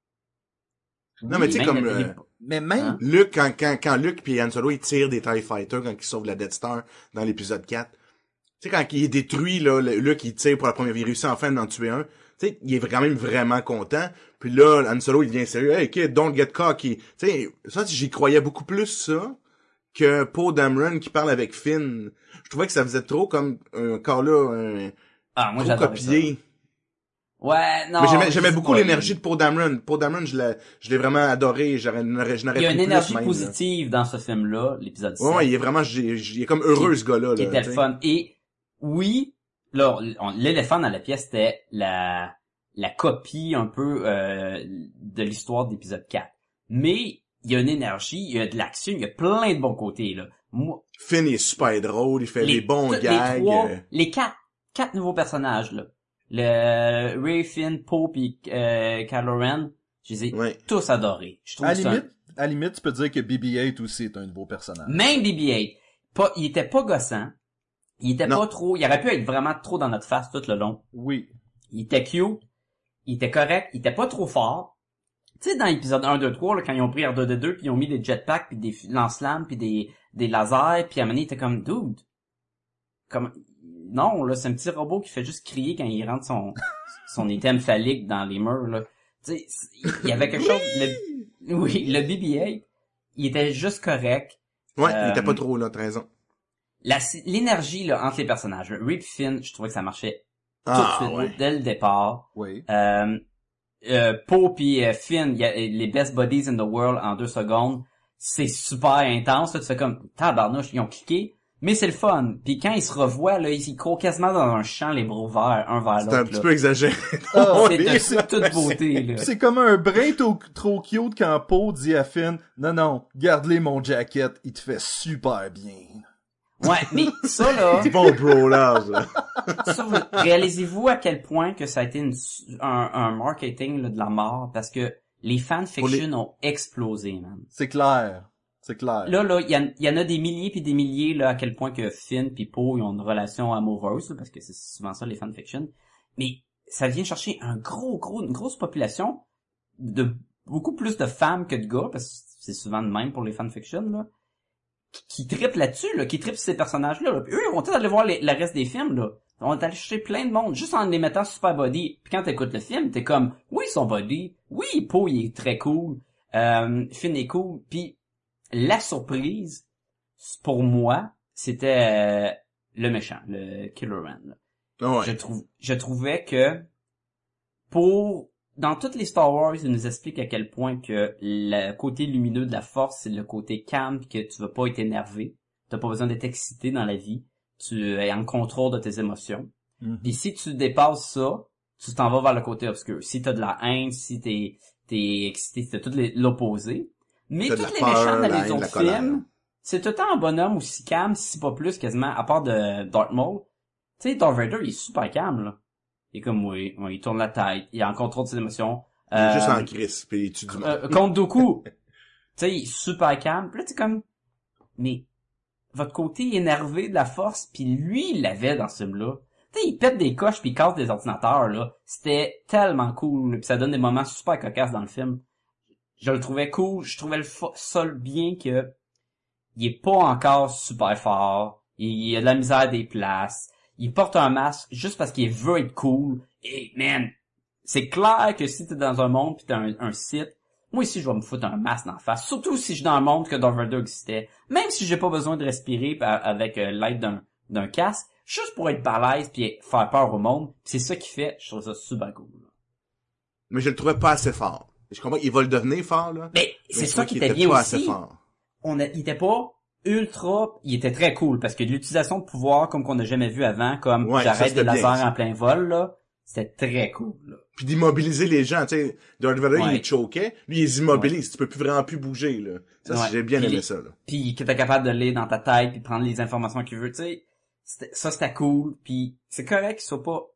Non, mais tu sais, Même comme... le- euh, Mais même, Hein? Luke, quand, quand, quand Luke et Han Solo, ils tirent des TIE Fighters quand ils sauvent la Death Star dans l'épisode quatre. Tu sais, quand il est détruit, là, le- Luke, il tire pour la première fois, il réussit enfin d'en tuer un. Tu sais, il est quand même vraiment content. Puis là, Han Solo, il devient sérieux. Hey, kid, don't get cocky. Tu sais, ça, j'y croyais beaucoup plus, ça, que Poe Dameron qui parle avec Finn. Je trouvais que ça faisait trop comme, un corps là, un, Ah, moi, trop j'adore copié. Ouais, non. Mais j'aimais, je j'aimais sais beaucoup pas, l'énergie de Poe Dameron. Poe Dameron, je l'ai, je l'ai vraiment adoré. J'aurais, j'aurais, je n'aurais Il y a pris une plus, énergie même, là. positive dans ce film-là, l'épisode sept. Ouais, ouais, il est vraiment, j'ai- j'ai- il est comme heureux, ce gars-là, qui là. était tu le sais. fun. Et oui, là, on- l'éléphant dans la pièce, c'était la la copie un peu euh, de l'histoire d'épisode quatre. Mais il y a une énergie, il y a de l'action, il y a plein de bons côtés, là. Moi, Finn est super drôle, il fait des bons tous gags. Les, trois, euh, les quatre, quatre nouveaux personnages, là. Le Ray, Finn, Poe pis euh, Kylo Ren, je les ai Ouais. tous adorés. Je trouve à que la c'est un- limite, à la limite, tu peux dire que B B eight aussi est un nouveau personnage. Même B B eight, pas, il était pas gossant. Il était Non. pas trop, il aurait pu être vraiment trop dans notre face tout le long. Oui. Il était cute, il était correct, il était pas trop fort. Tu sais, dans l'épisode un, deux, trois, là, quand ils ont pris R deux D deux puis ils ont mis des jetpacks puis des f- lance-flammes puis des, des lasers puis à un moment donné, il était comme, dude. Comme, non, là, c'est un petit robot qui fait juste crier quand il rentre son, son item phallique dans les murs, là. Tu sais, il y avait quelque chose, le, oui, le B B eight, il était juste correct. Ouais, Euh, il était pas trop, là, t'as raison. La, l'énergie, là, entre les personnages, là, Ray pis Finn, je trouvais que ça marchait Ah, tout de suite, ouais. dès le départ. Oui. Euh, euh, Poe pis euh, Finn, y a, les best buddies in the world en deux secondes. c'est super intense, là, tu fais comme, tabarnouche, ils ont cliqué, mais c'est le fun. Puis quand ils se revoient, là, ils, ils courent quasiment dans un champ, les bras ouverts, un vers l'autre. C'est un là. petit peu exagéré. Oh, C'est de c'est- toute beauté, là. C'est comme un brin trop, trop cute quand Poe dit à Finn, non, non, garde-les mon jacket, il te fait super bien. Ouais, mais ça, là, C'est bon bro là. ça, vous- réalisez-vous à quel point que ça a été une, un, un marketing là, de la mort, parce que les fanfictions les... ont explosé, man. C'est clair. C'est clair. Là, là, il y, en- y en a des milliers puis des milliers, là, à quel point que Finn puis Poe, ils ont une relation amoureuse, là, parce que c'est souvent ça, les fanfictions. Mais ça vient chercher un gros, gros, une grosse population de beaucoup plus de femmes que de gars, parce que c'est souvent de même pour les fanfictions, là, qui, qui trippent là-dessus, là, qui trippent ces personnages-là. Là. Puis eux, ils vont tous aller voir les, le reste des films, là. On va aller chercher plein de monde, juste en les mettant super body. Puis quand t'écoutes le film, t'es comme, oui, son body, oui, Poe, il est très cool, euh, Finn est cool, puis la surprise, pour moi, c'était euh, le méchant, le Kylo Ren. Là. Ouais. Je, trouve, je trouvais que pour dans toutes les Star Wars, ils nous expliquent à quel point que le côté lumineux de la Force, c'est le côté calme, que tu vas pas être énervé, t'as pas besoin d'être excité dans la vie, tu es en contrôle de tes émotions. Mm-hmm. Puis si tu dépasses ça, tu t'en vas vers le côté obscur. Si t'as de la haine, si t'es t'es excité, t'as tout les- l'opposé. Mais T'as tous de les la peur, méchants dans la les haine, autres la colère. films, c'est tout le temps un bonhomme aussi calme, si pas plus quasiment, à part de Darth Maul. Tu sais, Darth Vader, il est super calme, là. Il est comme, oui, oui, il tourne la tête, il est en contrôle de ses émotions. Il est juste Euh, en crise, puis il tue du monde. euh, contre Dooku, tu sais, il est super calme. Puis là, t'es comme, mais votre côté énervé de la Force, puis lui, il l'avait dans ce film-là. Tu sais, il pète des coches puis il casse des ordinateurs, là. C'était tellement cool, puis ça donne des moments super cocasses dans le film. Je le trouvais cool, je trouvais le fo- ça bien que il est pas encore super fort, il, il a de la misère des places, il porte un masque juste parce qu'il veut être cool, et man, c'est clair que si t'es dans un monde pis t'as un, un site, moi ici je vais me foutre un masque dans la face, surtout si je suis dans un monde que Darth Vader existait, même si j'ai pas besoin de respirer pa- avec euh, l'aide d'un, d'un casque, juste pour être balèze pis faire peur au monde, pis c'est ça qui fait, je trouve ça super cool. Mais je le trouvais pas assez fort. Je comprends qu'il va le devenir fort, là. Mais Mais c'est je ça trouvais qui qu'il était était bien pas aussi. assez fort. On a, il était pas ultra, il était très cool parce que l'utilisation de pouvoir comme qu'on n'a jamais vu avant, comme Ouais, ça, j'arrête c'était des lasers bien, ça. en plein vol là, c'était très cool. Là. Puis d'immobiliser les gens, tu sais. Darth Vader, Ouais. il est choquait. Lui, il les immobilise. Tu peux plus vraiment plus bouger, là. Ça, Ouais. j'ai bien Puis aimé les- ça, là. Puis que t'es capable de lire dans ta tête puis prendre les informations qu'il veut, tu sais. C'était- Ça c'était cool. Puis c'est correct qu'il soit pas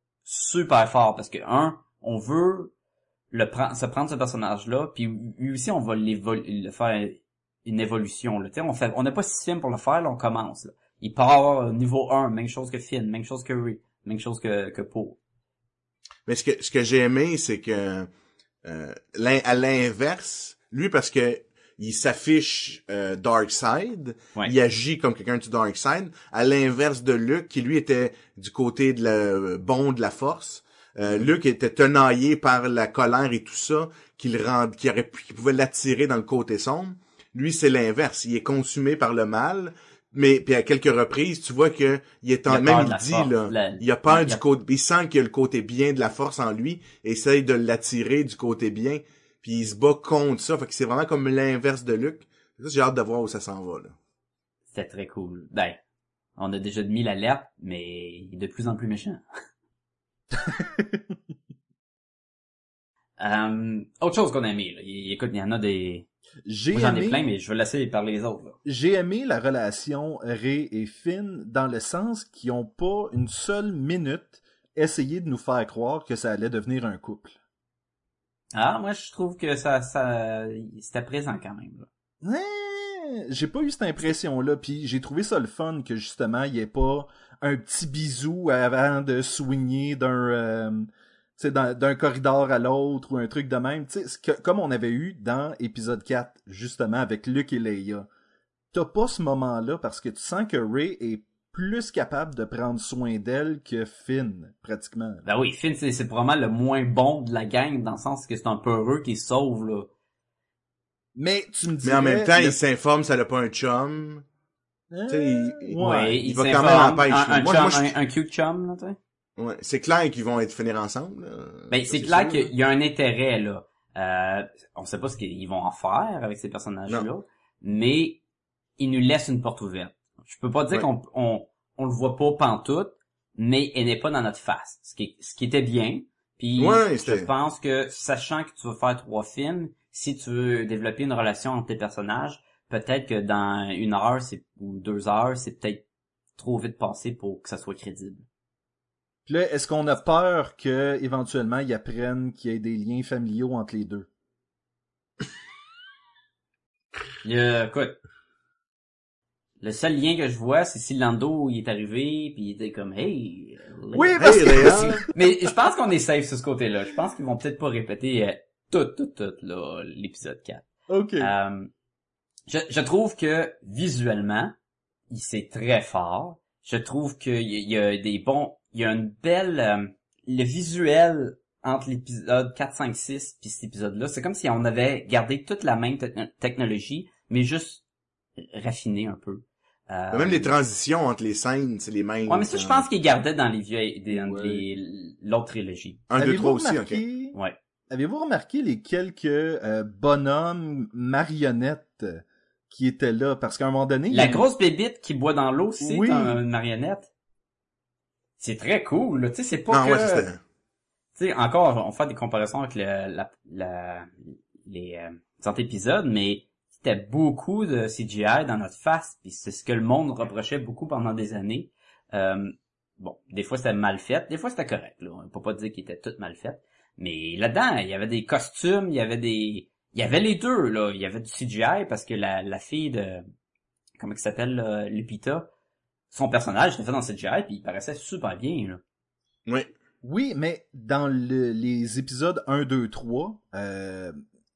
super fort parce que un, on veut le prendre, se prendre ce personnage-là, puis lui aussi on va l'évol- le faire une évolution. Là. Tu sais, on fait, on n'a pas six films pour le faire, là, on commence. Là. Il part euh, niveau un, même chose que Finn, même chose que Rey, même chose que, que Poe. Mais ce que, ce que j'ai aimé, c'est que, euh, l'in- à l'inverse, lui, parce que il s'affiche euh, Dark Side, Ouais. il agit comme quelqu'un du Dark Side, à l'inverse de Luke, qui lui était du côté de la bon de la Force. Euh, Luke était tenaillé par la colère et tout ça, qui le rend, qui aurait pu, qui pouvait l'attirer dans le côté sombre. Lui, c'est l'inverse. Il est consumé par le mal, mais puis à quelques reprises, tu vois que il est Il a en peur même de il la dit force, là, la- il a peur ouais, du il a- côté, il sent qu'il y a le côté bien de la Force en lui, et essaye de l'attirer du côté bien, puis il se bat contre ça. Fait que c'est vraiment comme l'inverse de Luke. Ça, j'ai hâte de voir où ça s'en va là. C'était très cool. Ben, on a déjà mis l'alerte, mais il est de plus en plus méchant. euh, autre chose qu'on a aimé, là. Il- écoute, il y en a des... J'ai Moi, j'en ai aimé, plein, mais je vais laisser parler les autres. Là. j'ai aimé la relation Rey et Finn dans le sens qu'ils ont pas une seule minute essayé de nous faire croire que ça allait devenir un couple. Ah, moi, je trouve que ça, ça, c'était présent quand même. Là. Ouais, j'ai pas eu cette impression-là, puis j'ai trouvé ça le fun que justement il y ait pas un petit bisou avant de swinguer d'un euh, tu sais, d'un, d'un corridor à l'autre ou un truc de même, tu sais, ce que- comme on avait eu dans épisode quatre, justement, avec Luke et Leia. T'as pas ce moment-là parce que tu sens que Rey est plus capable de prendre soin d'elle que Finn, pratiquement. Ben oui, Finn, c'est, c'est probablement le moins bon de la gang, dans le sens que c'est un peu heureux qui se sauve, là. Mais tu me dis. Mais en même temps, il s'informe ça n'a pas un chum. Tu sais, il- il- Ouais, il il va s'informe, quand même à la pêche, un, là. un, Moi, chum, moi, je- un, un cute chum, là, tu sais. Ouais, c'est clair qu'ils vont être finir ensemble. Là. Ben, Ça, c'est clair sûr, qu'il y a un intérêt, là. Euh, on sait pas ce qu'ils vont en faire avec ces personnages-là, Non. mais ils nous laissent une porte ouverte. Je peux pas dire Ouais. qu'on on, on le voit pas pantoute, mais elle n'est pas dans notre face. Ce qui, ce qui était bien. Puis Ouais, je c'était- pense que, sachant que tu vas faire trois films, si tu veux développer une relation entre tes personnages, peut-être que dans une heure c'est, ou deux heures, c'est peut-être trop vite passé pour que ça soit crédible. Puis là, est-ce qu'on a peur que éventuellement ils apprennent qu'il y ait des liens familiaux entre les deux? Euh, écoute, le seul lien que je vois, c'est si Lando il est arrivé, puis il était comme « Hey! » Oui, parce Hey, que... Léa! Mais je pense qu'on est safe sur ce côté-là. Je pense qu'ils vont peut-être pas répéter euh, tout, tout, tout, là, l'épisode quatre. OK. Euh, je, je trouve que, visuellement, il c'est très fort. Je trouve qu'il y, il y a des bons... Il y a une belle... euh, le visuel entre l'épisode quatre, cinq, six puis cet épisode-là, c'est comme si on avait gardé toute la même te- technologie, mais juste raffiné un peu. Euh, Même les transitions entre les scènes, c'est les mêmes. Ouais, mais ça, je pense qu'ils gardaient dans les vieilles, des, dans Ouais. les, l'autre trilogie. Un, deux, Avez-vous trois aussi, ok. remarqué... Ouais. Avez-vous remarqué les quelques euh, bonhommes marionnettes euh, qui étaient là? Parce qu'à un moment donné... La il- grosse bébite qui boit dans l'eau, c'est Oui. un- une marionnette. C'est très cool, là. Tu sais, c'est pas Ah que... ouais, ça, c'était... Tu sais, encore, on fait des comparaisons avec le, la, la, les, euh, les autres épisodes, mais c'était beaucoup de C G I dans notre face, puis c'est ce que le monde reprochait beaucoup pendant des années. Euh, bon, des fois c'était mal fait, des fois c'était correct, là. On peut pas dire qu'il était tout mal fait. Mais là-dedans, il y avait des costumes, il y avait des... Il y avait les deux, là. Il y avait du C G I parce que la, la fille de... Comment elle s'appelle, là, Lupita, son personnage était fait dans C G I, puis il paraissait super bien, là. Oui. Oui, mais dans le- les épisodes un, deux, trois, euh,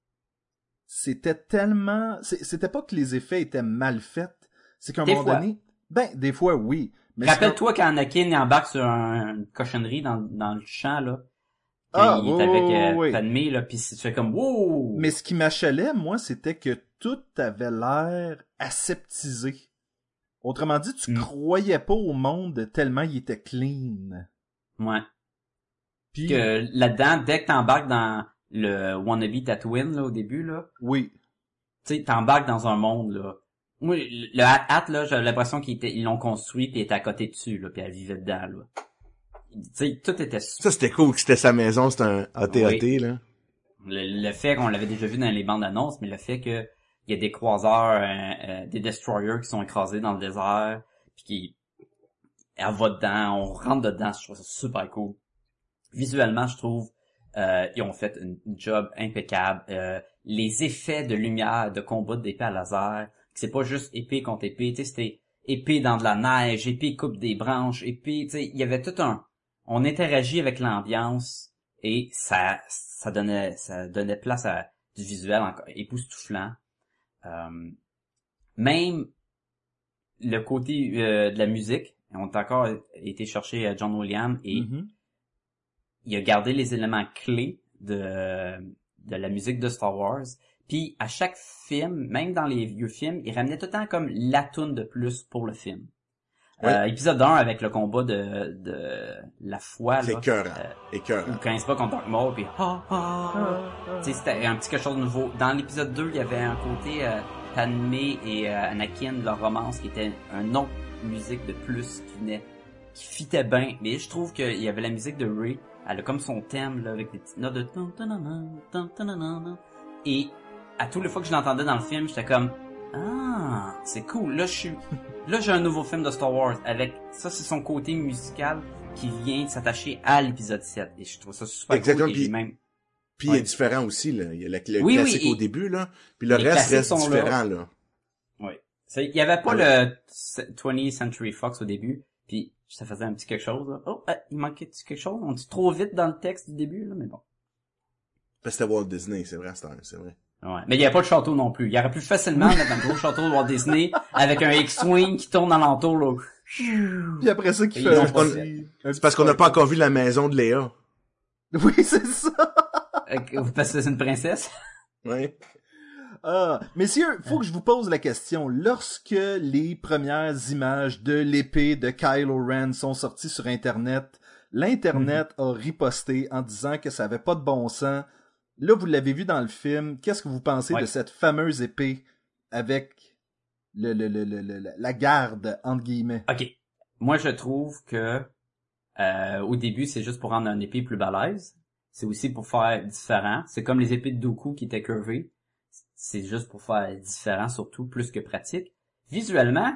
c'était tellement... c'est- C'était pas que les effets étaient mal faits, c'est qu'à un Des moment fois. donné... Ben, des fois, oui. Mais c'est Rappelle-toi quand Anakin embarque sur un- une cochonnerie dans, dans le champ, là. Quand Ah, il est oui, avec oui, euh, oui. Padmé, là, pis tu fais comme « Wow! » Mais ce qui m'achalait, moi, c'était que tout avait l'air aseptisé. Autrement dit, tu Mm. croyais pas au monde tellement il était clean. Ouais. Puis, Que là-dedans, dès que t'embarques dans le wannabe Tatooine, là, au début, là, oui. tu sais, t'embarques dans un monde, là. Moi, le le Hat-Hat, là, j'ai l'impression qu'ils étaient- ils l'ont construit pis il était à côté dessus, là, pis elle vivait dedans, là. Tu sais, tout était super. Ça, c'était cool que c'était sa maison, c'était un A T A T, là. Le, le fait qu'on l'avait déjà vu dans les bandes annonces, mais le fait que il y a des croiseurs, euh, euh, des destroyers qui sont écrasés dans le désert, puis qui elle va dedans, on rentre dedans, je trouve ça super cool. Visuellement, je trouve euh, ils ont fait une, une job impeccable. Euh, les effets de lumière, de combat d'épée à laser, c'est pas juste épée contre épée, tu sais, c'était épée dans de la neige, épée coupe des branches, épée, tu sais, il y avait tout un... On interagit avec l'ambiance et ça ça donnait ça donnait place à du visuel encore époustouflant. Euh, même le côté euh, de la musique, on a encore été chercher à John Williams et Mhm. il a gardé les éléments clés de de la musique de Star Wars. Puis à chaque film, même dans les vieux films, il ramenait tout le temps comme la toune de plus pour le film. Ouais. Euh, épisode un avec le combat de de la foi C'est là, écœurant. euh, Écœurant. ou quand il se bat contre Dark Maul puis ah, ah, ah. Tu sais, c'était un petit quelque chose de nouveau. Dans l'épisode deux, il y avait un côté euh, Padmé et euh, Anakin, leur romance, qui était un autre musique de plus qui venait, qui fitait bien. Mais je trouve qu'il y avait la musique de Rey, elle a comme son thème là, avec des petites notes de tan, tan, nan, nan, tan, tan, nan, nan. Et à toutes les fois que je l'entendais dans le film, j'étais comme ah, c'est cool. Là, je suis là, j'ai un nouveau film de Star Wars avec ça, c'est son côté musical qui vient s'attacher à l'épisode sept. Et je trouve ça super Exactement, cool. Et puis- même Puis il Ouais. est différent aussi, là. Il y a le, le Oui, classique oui, au et- début, là. Puis le les reste classiques reste sont là. différent, là. Oui. C'est- Il y avait pas Ah le twentieth Century Fox au début, puis ça faisait un petit quelque chose. Là. Oh, ah, il manquait quelque chose. On dit trop vite dans le texte du début, là, mais bon. Parce que c'était Walt Disney, c'est vrai, c'est c'est vrai. Ouais. Mais il y a pas de château non plus. Il y aurait pu facilement mettre un gros château de Walt Disney avec un X-Wing qui tourne alentour, là. Puis après ça, qui Ils fait l'ont un pas petit- un C'est parce qu'on n'a petit- pas encore vu la maison de Léa. Oui, c'est ça! Euh, Parce que c'est une princesse. Ouais. Ah, messieurs, faut que je vous pose la question. Lorsque les premières images de l'épée de Kylo Ren sont sorties sur Internet, l'Internet a riposté en disant que ça avait pas de bon sens. là, vous l'avez vu dans le film. Qu'est-ce que vous pensez Ouais. de cette fameuse épée avec le, le, le, le, le- la garde, entre guillemets? OK. Moi, je trouve que euh, au début, c'est juste pour rendre un épée plus balèze. C'est aussi pour faire différent. C'est comme les épées de Dooku qui étaient curvées. C'est juste pour faire différent, surtout, plus que pratique. Visuellement,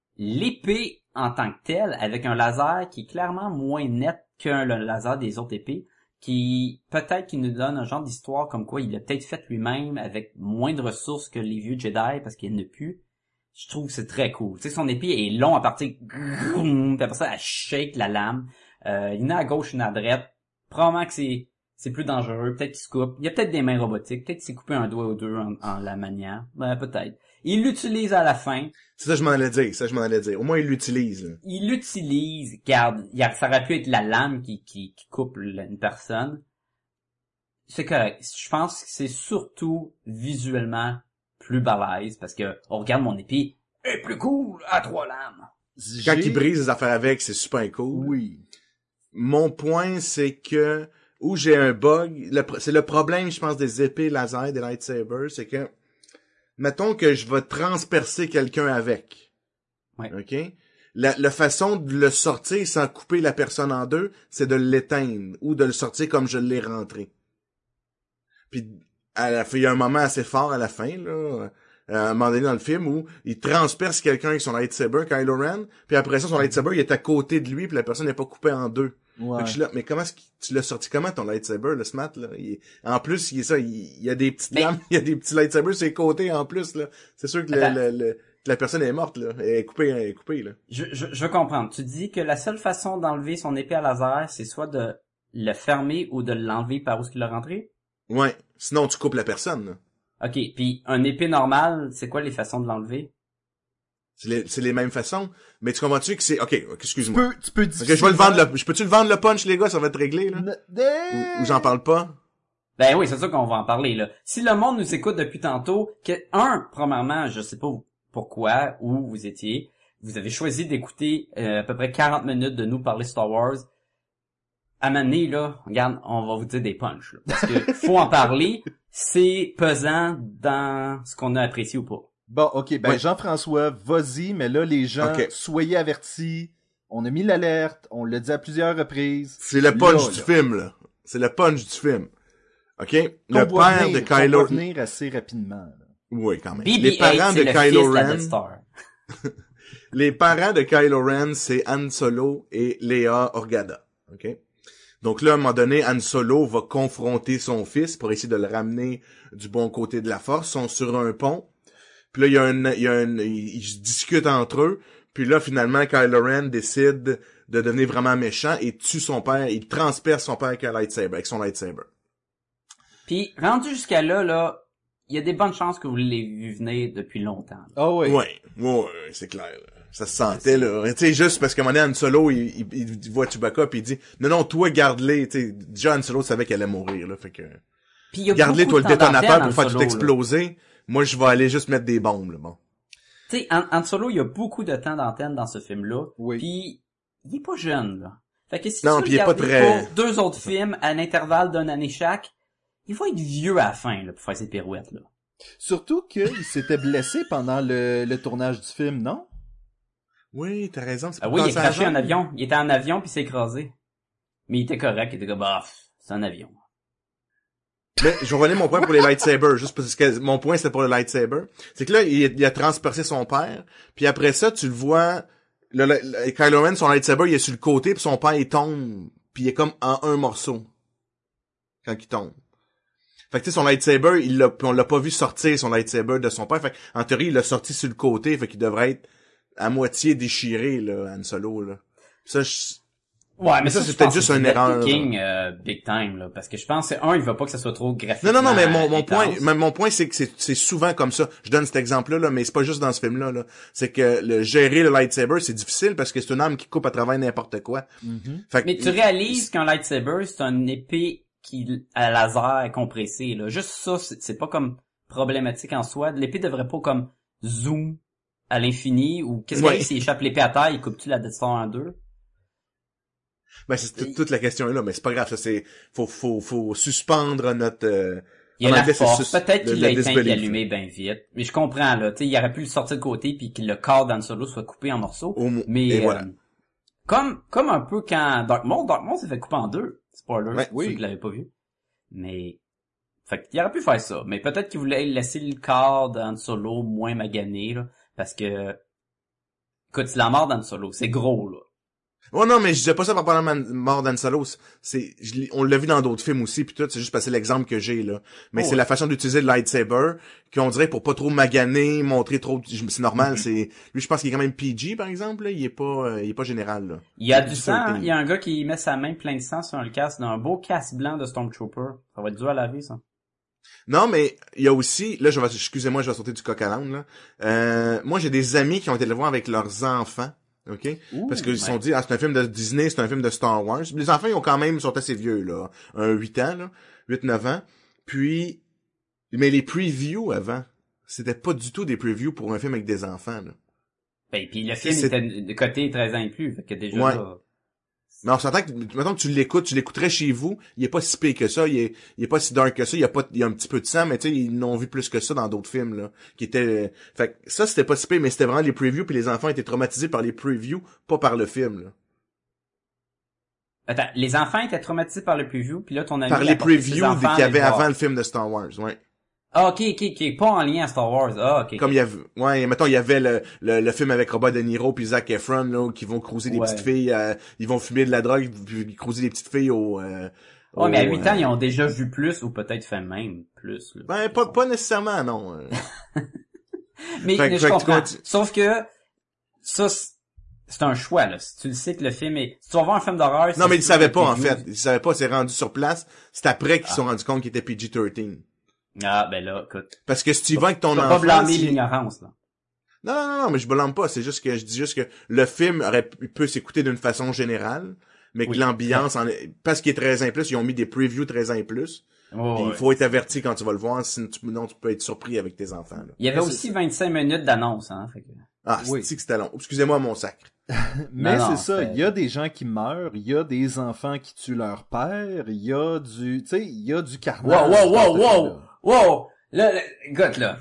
l'épée en tant que telle, avec un laser qui est clairement moins net qu'un le laser des autres épées, qui peut-être qui nous donne un genre d'histoire comme quoi il l'a peut-être fait lui-même avec moins de ressources que les vieux Jedi parce qu'il n'y en a plus. Je trouve que c'est très cool. Tu sais, son épée est long à partir, puis après ça, elle shake la lame. Euh, il y en a à gauche, il y en a à droite. Probablement que c'est c'est plus dangereux. Peut-être qu'il se coupe. Il y a peut-être des mains robotiques. Peut-être qu'il s'est coupé un doigt ou deux en, en la maniant. Ben, peut-être. Il l'utilise à la fin. C'est ça que je m'en allais dire, ça je m'en allais dire. Au moins il l'utilise. là. Il l'utilise. Regarde, il y a- ça aurait pu être la lame qui, qui, qui coupe la- une personne. C'est correct. Je pense que c'est surtout visuellement plus balèze parce que on regarde mon épée, elle est plus cool à trois lames. Quand J'ai- il brise les affaires avec, c'est super cool. Oui. Mon point, c'est que où j'ai un bug, le pr- c'est le problème, je pense, des épées laser, des lightsabers, c'est que mettons que je vais transpercer quelqu'un avec. Ouais. OK? La, la façon de le sortir sans couper la personne en deux, c'est de l'éteindre ou de le sortir comme je l'ai rentré. Puis à la fin, il y a un moment assez fort à la fin, là, à un moment donné dans le film où il transperce quelqu'un avec son lightsaber, Kylo Ren, puis après ça, son lightsaber, il est à côté de lui, puis la personne n'est pas coupée en deux. Ouais. Fait que je suis là, mais comment est-ce que tu l'as sorti comment ton lightsaber, le smart, là? Il est- en plus, il est ça, il, il y a des petites Mais- lames, il y a des petits lightsabers sur les côtés en plus, là. C'est sûr que le, Attends. le, le- que la personne est morte, là. Elle est coupée, elle est coupée, là. Je, je, je veux comprendre. Tu dis que la seule façon d'enlever son épée à laser, c'est soit de le fermer ou de l'enlever par où est-ce qu'il l'a rentré? Ouais. Sinon, tu coupes la personne, là. OK. Puis, un épée normale, c'est quoi les façons de l'enlever? C'est les, c'est les mêmes façons. Mais tu comprends-tu que c'est, ok, ok, Tu excuse-moi. peux, tu peux Ok, je vais le vendre, le, je peux-tu le vendre le punch, les gars? Ça va être réglé, là? Ou, ou j'en parle pas? Ben oui, c'est sûr qu'on va en parler, là. Si le monde nous écoute depuis tantôt, que, un, premièrement, je sais pas pourquoi, où vous étiez, vous avez choisi d'écouter euh, à peu près quarante minutes de nous parler Star Wars. À un moment donné, là, regarde, on va vous dire des punchs, là, parce que faut en parler, c'est pesant dans ce qu'on a apprécié ou pas. Bon, ok, ben Ouais. Jean-François, vas-y, mais là, les gens, Ok. soyez avertis. On a mis l'alerte, on l'a dit à plusieurs reprises. C'est le punch Là, du là. film, là. C'est le punch du film. Ok? Qu'on Le va père venir, de qu'on va Kylo... venir assez rapidement. là. Oui, quand même. B B Les parents eight, de c'est le Kylo fils de la Ren... Death Star. Les parents de Kylo Ren, c'est Han Solo et Leia Organa. OK? Donc là, à un moment donné, Han Solo va confronter son fils pour essayer de le ramener du bon côté de la force. Ils sont sur un pont. Puis là, il y a un, il y a un, ils, ils se discutent entre eux. Puis là, finalement, Kylo Ren décide de devenir vraiment méchant et tue son père. Il transperce son père avec un lightsaber, avec son lightsaber. Puis, rendu jusqu'à là, là, il y a des bonnes chances que vous l'ayez vu venir depuis longtemps. là. Ah oui. Ouais, ouais, ouais, c'est clair. là. Ça se sentait, là. Tu sais, juste parce qu'à un moment donné, Han Solo, il, il, il voit Chewbacca puis il dit, non, non, toi, garde-les. Tu sais, déjà, Han Solo savait qu'elle allait mourir, là. Fait que, Puis, il y a garde-les, beaucoup toi, de le temps d'antenne détonateur en pour faire tout Solo, là. exploser. Moi, je vais aller juste mettre des bombes, là, bon. Tu sais, Han, Han Solo, il y a beaucoup de temps d'antenne dans ce film-là. Oui. Puis, il est pas jeune, là. Fait que si Non, tu puis le il est pas regardais très- pour deux autres films à l'intervalle d'une année chaque, il va être vieux à la fin, là, pour faire ses pirouettes, là. Surtout qu'il s'était blessé pendant le, le tournage du film, non? Oui, t'as raison, c'est Ah pour oui, il est casser la craché en jambe. avion. Il était en avion puis il s'est écrasé. Mais il était correct, il était comme, bah, c'est un avion. Mais je vais revenir mon point pour les lightsabers, juste parce que mon point c'était pour le lightsaber. C'est que là, il, il a transpercé son père, puis après ça, tu le vois, le, le, le- Kylo Ren, son lightsaber, il est sur le côté, puis son père, il tombe, puis il est comme en un morceau quand il tombe. Fait que tu sais, son lightsaber, il l'a, on l'a pas vu sortir son lightsaber de son père. Fait en théorie, il l'a sorti sur le côté, fait qu'il devrait être à moitié déchiré, là, Han Solo, là. Ça, je... Ouais, mais ça, ça, c'est je peut-être pense juste que c'est une du erreur, nitpicking, euh, big time, là. Parce que je pense que, un, il veut pas que ça soit trop graphique. Non, non, non, mais mon, mon point, mais mon point, c'est que c'est, c'est souvent comme ça. Je donne cet exemple-là, là, mais c'est pas juste dans ce film-là, là. C'est que le gérer le lightsaber, c'est difficile parce que c'est une arme qui coupe à travers n'importe quoi. Mhm. Fait que- Mais tu réalises qu'un lightsaber, c'est une épée qui, à laser compressée, là. Juste ça, c'est, c'est pas comme problématique en soi. L'épée devrait pas comme zoom à l'infini ou qu'est-ce qu'il Ouais. arrive s'il échappe l'épée à terre, il coupe-tu la Death Star en deux? Ben, c'est toute, toute la question est là, mais c'est pas grave, ça, c'est, faut, faut, faut suspendre notre, euh, Il y a en la anglais, c'est force. sus- Peut-être le- qu'il le l'a éteint et disbelief. allumé bien vite. Mais je comprends, là. Tu sais, il aurait pu le sortir de côté puis que le corps d'Han Solo soit coupé en morceaux. Au mo- mais, et euh, voilà. comme, comme un peu quand Dark Maul, Dark Maul s'est fait couper en deux. Spoiler, Ouais, pour oui. ceux qui l'avaient pas vu. Mais, fait qu'il aurait pu faire ça. Mais peut-être qu'il voulait laisser le corps d'Han Solo moins magané, là. Parce que, écoute, c'est la mort d'Han Solo. C'est gros, là. Oh non, mais je disais pas ça par rapport à la mort d'Han Solo. C'est, je l'ai- on l'a vu dans d'autres films aussi, puis tout, c'est juste parce que c'est l'exemple que j'ai, là. Mais Oh, c'est ouais. la façon d'utiliser le lightsaber, qu'on dirait pour pas trop maganer, montrer trop, c'est normal, c'est, lui, je pense qu'il est quand même P G, par exemple, là. Il est pas, euh, il est pas général, là. Il y a P G du sang, treize. il y a un gars qui met sa main plein de sang sur un casque, d'un beau casque blanc de Stormtrooper. Ça va être dur à laver, ça. Non, mais il y a aussi, là, je vais, excusez-moi, je vais sauter du coq à l'âne, là. Euh, moi, j'ai des amis qui ont été le voir avec leurs enfants. OK? Ouh, Parce qu'ils se sont ouais. dit, ah, c'est un film de Disney, c'est un film de Star Wars. Les enfants, ils ont quand même, sont assez vieux, là. Un huit ans, là. huit neuf ans. Puis, mais les previews avant, c'était pas du tout des previews pour un film avec des enfants, là. Ben, puis le film C'est- était de côté treize ans et plus, fait que déjà, Ouais. là, Mais on s'entend que, mettons que tu l'écoutes, tu l'écouterais chez vous, il est pas si pire que ça, il est, il est pas si dark que ça, il y a pas, il y a un petit peu de sang, mais tu sais, ils n'ont vu plus que ça dans d'autres films, là, qui étaient, fait que ça, c'était pas si pire, mais c'était vraiment les previews, puis les enfants étaient traumatisés par les previews, pas par le film, là. Attends, les enfants étaient traumatisés par le preview, puis là, ton ami Par a les porté ses previews enfants qu'il y à aller avait le voir. avant le film de Star Wars, ouais. Ah, ok, ok, ok, pas en lien à Star Wars. Ah, ok. Comme il y avait, ouais, mettons, il y avait le, le, le film avec Robert De Niro puis Zac Efron, là, qui vont cruiser des Ouais. petites filles, euh, ils vont fumer de la drogue, puis cruiser des petites filles au, euh, Ouais, mais à au, huit euh, ans, ils ont déjà vu plus, ou peut-être fait même plus, là. Ben, pas, pas nécessairement, non. euh. Mais, Fait que- mais je fait que tu comprends. continues. Sauf que, ça, c'est c'est un choix, là. Si tu le sais que le film est, si tu vas voir un film d'horreur, Non, c'est mais ils sûr savaient que pas, en preview- fait. Ils savaient pas, c'est rendu sur place. C'est après qu'ils se sont rendus compte qu'il était P G treize. Ah, ben là, écoute. Parce que si tu y vas avec ton Tu vas enfant... pas blâmer si- l'ignorance, là. Non, non, non, non, mais je blâme pas. C'est juste que je dis juste que le film aurait pu, peut s'écouter d'une façon générale, mais que Oui. l'ambiance, en est- parce qu'il est treize ans et plus, ils ont mis des previews treize ans et plus. Oh, Puis il ouais. faut être averti quand tu vas le voir, sinon tu peux être surpris avec tes enfants. Là. Il y avait Ouais, aussi c'est- vingt-cinq minutes d'annonce, hein. Fait que... Ah, Oui. c'est que c'était long. Excusez-moi mon sacre. Mais Non, non, c'est ça, c'est- il y a des gens qui meurent, il y a des enfants qui tuent leur père, il y a du, tu sais, il y a du Wow, carnage. wow, dans wow, ce wow! film-là. Wow! Là, là, écoute, là.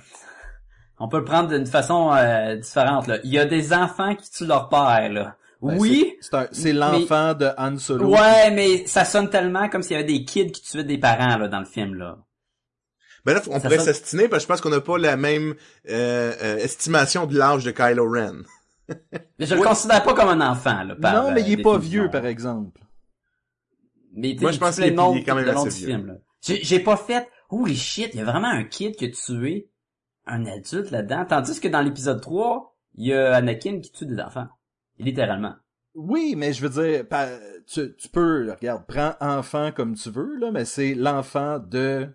On peut le prendre d'une façon euh, différente, là. Il y a des enfants qui tuent leur père, là. Ben, Oui! c'est- C'est un- c'est l'enfant de Han Solo. Ouais, mais ça sonne tellement comme s'il y avait des kids qui tuaient des parents, là, dans le film, là. Ben là, on Ça pourrait sonne- s'estiner parce que je pense qu'on n'a pas la même euh, euh, estimation de l'âge de Kylo Ren. Mais je le considère pas comme un enfant, là. par, Non, mais euh, il est pas définition. vieux, par exemple. Mais tu Moi, sais, je pense il tue qu'il est- le nom- il est quand même le long assez du vieux. film, là. J'ai, j'ai pas fait, holy shit, il y a vraiment un kid qui a tué un adulte là-dedans. Tandis que dans l'épisode trois, il y a Anakin qui tue des enfants. Littéralement. Oui, mais je veux dire, pa- tu, tu peux, regarde, prends enfant comme tu veux, là, mais c'est l'enfant de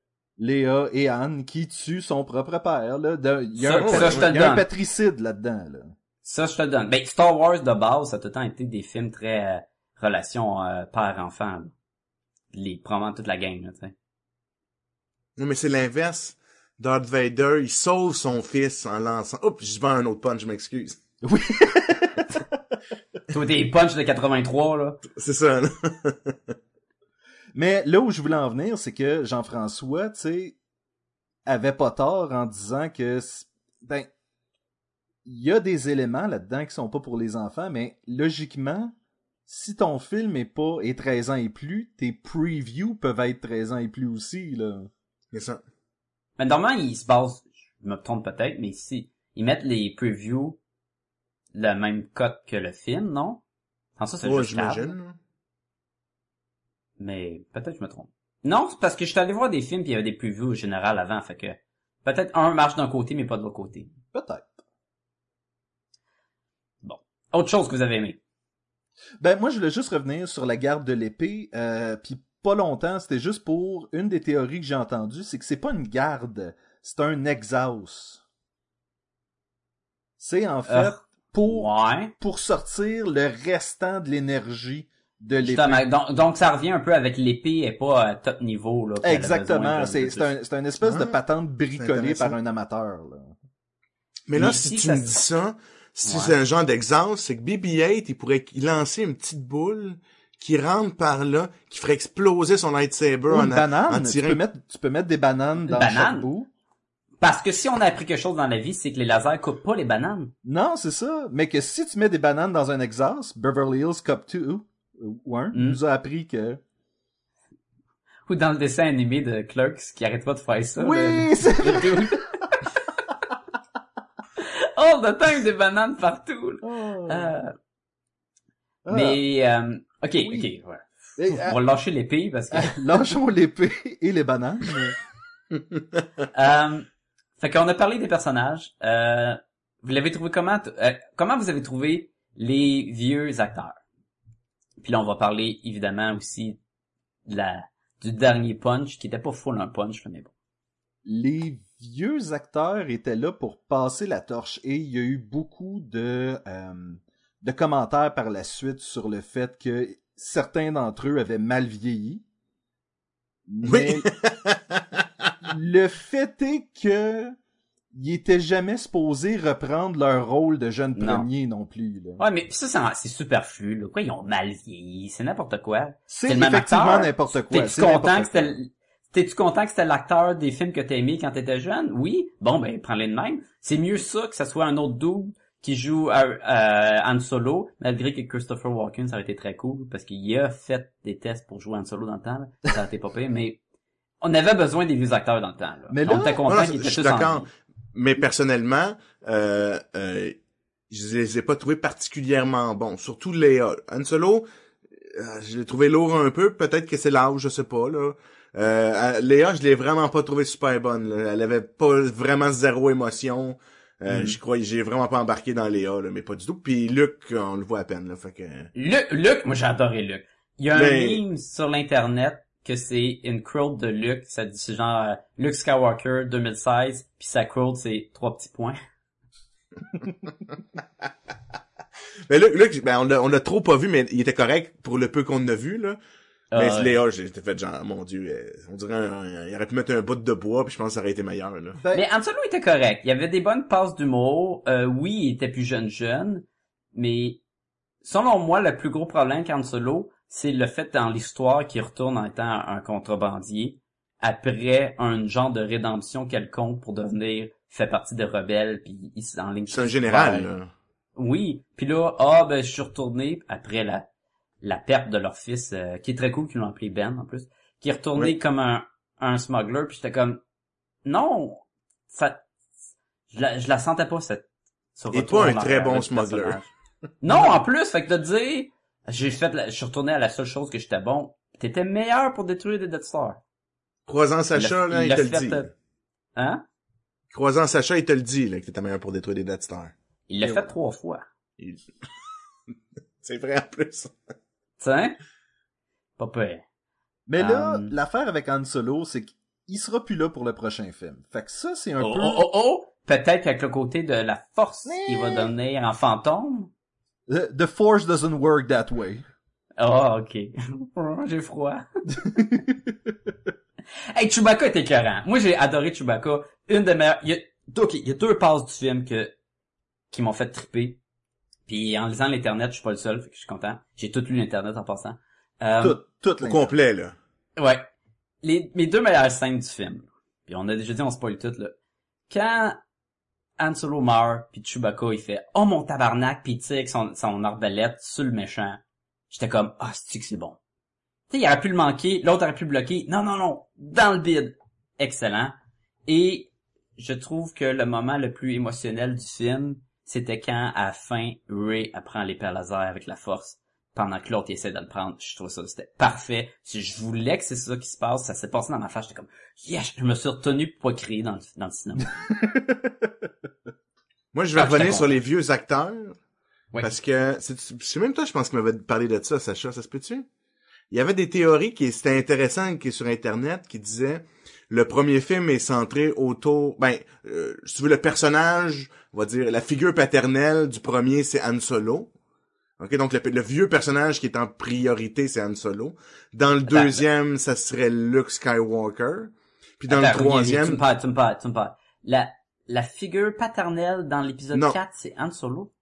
Léa et Anne qui tue son propre père, là. De- Il y a, Ça- un, ça, pat- je te le il y a un donne. patricide là-dedans, là. Ça, je te le donne. Ben, Star Wars de base, ça a tout le temps été des films très euh, relation euh, père-enfant. là. Les probablement toute la gang, là, tu sais. Non, mais c'est l'inverse. Darth Vader, il sauve son fils en lançant... Oups, je vends un autre punch, je m'excuse. Oui. Toi, des punch de quatre-vingt-trois, là. C'est ça, là. Mais là où je voulais en venir, c'est que Jean-François, tu sais, avait pas tort en disant que, c- ben, il y a des éléments là-dedans qui sont pas pour les enfants, mais logiquement, si ton film est pas est treize ans et plus, tes previews peuvent être treize ans et plus aussi, là. C'est ça. Mais normalement, ils se basent, je me trompe peut-être, mais si ils mettent les previews le même code que le film, non? Sans ça, c'est Ouais, juste grave. j'imagine. là. Mais peut-être que je me trompe. Non, c'est parce que je suis allé voir des films puis il y avait des previews au général avant, fait que peut-être un marche d'un côté mais pas de l'autre côté. Peut-être. Autre chose que vous avez aimé. Ben, moi, je voulais juste revenir sur la garde de l'épée, euh, puis pas longtemps, c'était juste pour une des théories que j'ai entendues, c'est que c'est pas une garde, c'est un exhaust. C'est en fait Euh, pour, Ouais. pour sortir le restant de l'énergie de l'épée. Justement, donc, donc ça revient un peu avec l'épée et pas à top niveau là. qu'elle a besoin Exactement, de- c'est de c'est un, c'est une espèce de Ah, patente c'est bricolée intéressant. par un amateur. Là. Mais là, Mais si si tu ça me se- dis ça, si Ouais. c'est un genre d'exhaust, c'est que B B eight, il pourrait y lancer une petite boule qui rentre par là, qui ferait exploser son lightsaber Ou en, une banane, en tu tirant. peux mettre, tu peux mettre des bananes dans banane? chaque bout. Parce que si on a appris quelque chose dans la vie, c'est que les lasers coupent pas les bananes. Non, c'est ça. Mais que si tu mets des bananes dans un exhaust, Beverly Hills Cop deux, ou un, Mm. nous a appris que... Ou dans le dessin animé de Clerks, qui arrête pas de faire ça. Oui, le- c'est le dude. All the time, des bananes partout. là. Oh. Euh, Ah. Mais, euh, ok, Oui. ok, ouais. Et, On va lâcher l'épée parce que... euh, lâchons l'épée et les bananes. euh, fait qu'on a parlé des personnages. Euh, vous l'avez trouvé comment? t- euh, comment vous avez trouvé les vieux acteurs? Puis là, on va parler évidemment aussi de la du dernier punch, qui était pas full un punch, mais bon. Les vieux acteurs étaient là pour passer la torche et il y a eu beaucoup de, euh, de commentaires par la suite sur le fait que certains d'entre eux avaient mal vieilli. Mais le fait est que ils étaient jamais supposés reprendre leur rôle de jeunes Non. premiers non plus. Là. Ouais, mais ça, c'est- c'est superflu, là. Quoi, ils ont mal vieilli, c'est n'importe quoi. C'est c'est le même effectivement acteur. n'importe quoi. T'es-tu c'est content n'importe que c'était quoi. le- T'es-tu content que c'était l'acteur des films que t'as aimé quand t'étais jeune? Oui. Bon, ben, prends-les de même. C'est mieux ça que ça soit un autre dude qui joue à, à Han Solo, malgré que Christopher Walken, ça aurait été très cool, parce qu'il a fait des tests pour jouer Han Solo dans le temps, là. Ça aurait été pas pire, mais on avait besoin des vieux acteurs dans le temps, là. Mais là- on était content Voilà, qu'ils je étaient suis tous en d'accord. vie. Mais personnellement, euh, euh, je les ai pas trouvés particulièrement bons. Surtout Léa. Han Solo, euh, je l'ai trouvé lourd un peu. Peut-être que c'est l'âge, je sais pas, là. Euh, Léa, je l'ai vraiment pas trouvé super bonne, là. Elle avait pas vraiment zéro émotion. Euh, Mm. j'y crois, j'ai vraiment pas embarqué dans Léa, là, mais pas du tout. Puis Luke, on le voit à peine, là. Fait que... Luke, Luke, moi j'ai adoré Luke. Il y a un Mais- meme sur l'internet que c'est une quote de Luke, ça dit c'est genre euh, Luke Skywalker deux mille seize, puis sa quote c'est trois petits points. Mais Luke, Luke, ben, on l'a, on l'a trop pas vu, mais il était correct pour le peu qu'on a vu, là. Mais Ah, ouais. Léa, j'étais fait genre, mon Dieu, euh, on dirait un, un- il aurait pu mettre un bout de bois, puis je pense que ça aurait été meilleur, là. Ben, Mais Han Solo était correct. Il y avait des bonnes passes d'humour. Euh, oui, il était plus jeune jeune, mais selon moi, le plus gros problème qu'Han Solo, c'est le fait dans l'histoire qu'il retourne en étant un contrebandier après un genre de rédemption quelconque pour devenir fait partie des rebelles puis il s'enligne. C'est un général, là. Oui, puis là, ah ben je suis retourné après la la perte de leur fils, euh, qui est très cool, qu'ils l'ont appelé Ben en plus, qui est retourné Oui. comme un un smuggler, puis j'étais comme non, ça, je la je la sentais pas cette. ce Et retour pas un en très arrière bon du smuggler. personnage. Non, en plus, fait que de dire, j'ai fait, la- je suis retourné à la seule chose que j'étais bon. T'étais meilleur pour détruire des Death Stars. Croisant Sacha, là, il, l'a te le fait, dit. euh, Hein? Croisant Sacha, il te le dit, là, que t'étais meilleur pour détruire des Death Stars. Il l'a Et fait ouais. trois fois. Il- C'est vrai, en plus. Tiens. Pas peur. mais là, Um, l'affaire avec Han Solo, c'est qu'il sera plus là pour le prochain film. Fait que ça, c'est un Oh, peu... oh, oh, oh! Peut-être qu'avec le côté de la force, il va devenir un fantôme. The, the Force doesn't work that way. Ah, ok. J'ai froid. Hey, Chewbacca était écœurant. Moi, j'ai adoré Chewbacca. Une des meilleures... Il y a... Ok, il y a deux passes du film que... qui m'ont fait triper. Puis en lisant l'Internet, je suis pas le seul, fait que je suis content. J'ai tout lu l'Internet en passant. Euh, Tout, tout Au l'intérêt. complet, là. Ouais. Les, mes deux meilleures scènes du film. Puis on a déjà dit, on spoil tout, là. Quand Han Solo meurt, puis Chewbacca, il fait « Oh, mon tabarnak », puis il tire avec son, son arbalète sur le méchant. J'étais comme « Ah, c'est-tu que c'est bon ». Tu sais, il aurait pu le manquer, l'autre aurait pu le bloquer. Non, non, non, dans le bide. Excellent. Et je trouve que le moment le plus émotionnel du film, c'était quand, à la fin, Rey apprend l'épée à laser avec la force, pendant que l'autre essaie de le prendre. Je trouve ça, c'était parfait. Si je voulais que c'est ça qui se passe, ça s'est passé dans ma face, j'étais comme, yes, je me suis retenu pour pas crier dans le, dans le cinéma. Moi, je vais Ah, j'étais revenir sur content. les vieux acteurs. Oui. Parce que, c'est, c'est même toi, je pense, qui m'avait parlé de ça, Sacha, ça se peut-tu? Il y avait des théories qui c'était intéressant, qui est sur Internet, qui disaient, le premier film est centré autour, ben, euh, si tu veux, le personnage, on va dire, la figure paternelle du premier, c'est Han Solo. Ok, donc le, le vieux personnage qui est en priorité, c'est Han Solo. Dans le Attends, deuxième, ça serait Luke Skywalker. Puis dans Attends, le Rudy, troisième, Tu me parles, tu me parles, tu me parles. La, la figure paternelle dans l'épisode Non. quatre, c'est Han Solo?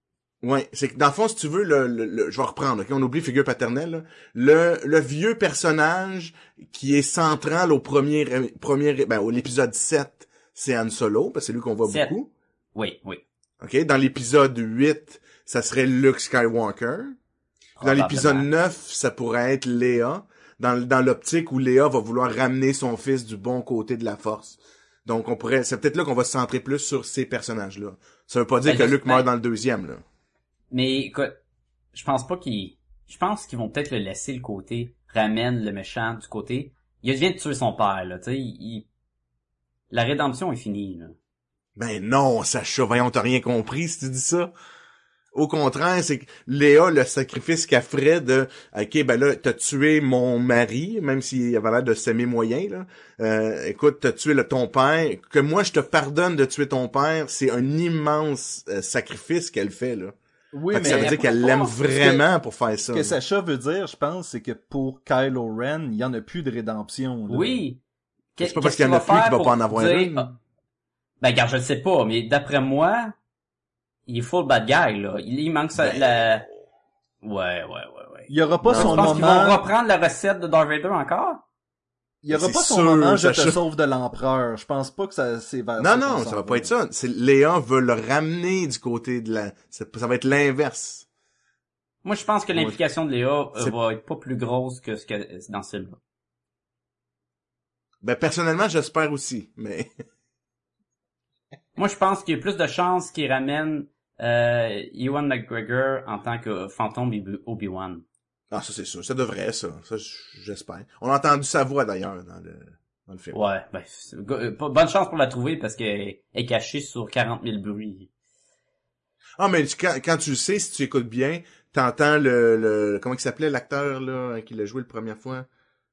Ouais, c'est que dans le fond, si tu veux, le, le, le- je vais reprendre, ok, on oublie figure paternelle, là. Le, le vieux personnage qui est central au premier, premier, ben, au l'épisode sept, c'est Han Solo, parce que c'est lui qu'on voit Sept. beaucoup. Oui, oui. Ok, dans l'épisode huit, ça serait Luke Skywalker. Puis dans l'épisode neuf, ça pourrait être Léa, dans, dans l'optique où Léa va vouloir ramener son fils du bon côté de la Force. Donc, on pourrait, c'est peut-être là qu'on va se centrer plus sur ces personnages-là. Ça veut pas dire Ben, que je- Luke ben- meurt dans le deuxième, là. Mais écoute, je pense pas qu'ils... Je pense qu'ils vont peut-être le laisser le côté, ramène le méchant du côté. Il vient de tuer son père, là, tu sais, il... il- La rédemption est finie, là. Ben non, Sacha, voyons, t'as rien compris si tu dis ça. Au contraire, c'est que Léa, le sacrifice qu'elle ferait de, ok, ben là, t'as tué mon mari, même s'il avait l'air de s'aimer moyen, là. Euh, écoute, t'as tué le, ton père. Que moi, je te pardonne de tuer ton père, c'est un immense euh, sacrifice qu'elle fait, là. Oui, Fait que mais ça veut dire qu'elle pourquoi l'aime pas? vraiment pour faire ça. ce que là. Sacha veut dire, je pense, c'est que pour Kylo Ren, il y en a plus de rédemption. Là. Oui. C'est Qu'est- pas parce qu'est-ce qu'il y en a va plus qu'il faire va pour pas en avoir dire, une. ah, ben, regarde, je le sais pas, mais d'après moi, il est full bad guy, là. Il, il manque ça, Ben, la... Ouais, ouais, ouais, ouais. Il y aura pas Non, son Tu penses qu'ils vont moment. reprendre la recette de Darth Vader encore? Il y aura C'est pas son sûr, moment je te Sacha. sauve de l'empereur. Je pense pas que ça c'est vers Non, ça non, qu'on ça s'en va pas être ça. C'est, Léa veut le ramener du côté de la, ça, ça va être l'inverse. Moi, je pense que l'implication de Léa euh, C'est- va être pas plus grosse que ce que c'est dans ce film-là. Ben, personnellement, j'espère aussi, mais... Moi, je pense qu'il y a plus de chances qu'il ramène euh, Ewan McGregor en tant que fantôme Obi- Obi-Wan. Ah, ça, c'est sûr. Ça devrait, ça. Ça, j'espère. On a entendu sa voix, d'ailleurs, dans le, dans le film. Ouais, ben, c'est- go- euh, pas- bonne chance pour la trouver parce qu'elle est cachée sur quarante mille bruits. Ah, mais tu- quand, quand tu le sais, si tu écoutes bien, t'entends le, le, comment il s'appelait, l'acteur, là, qui l'a joué la première fois?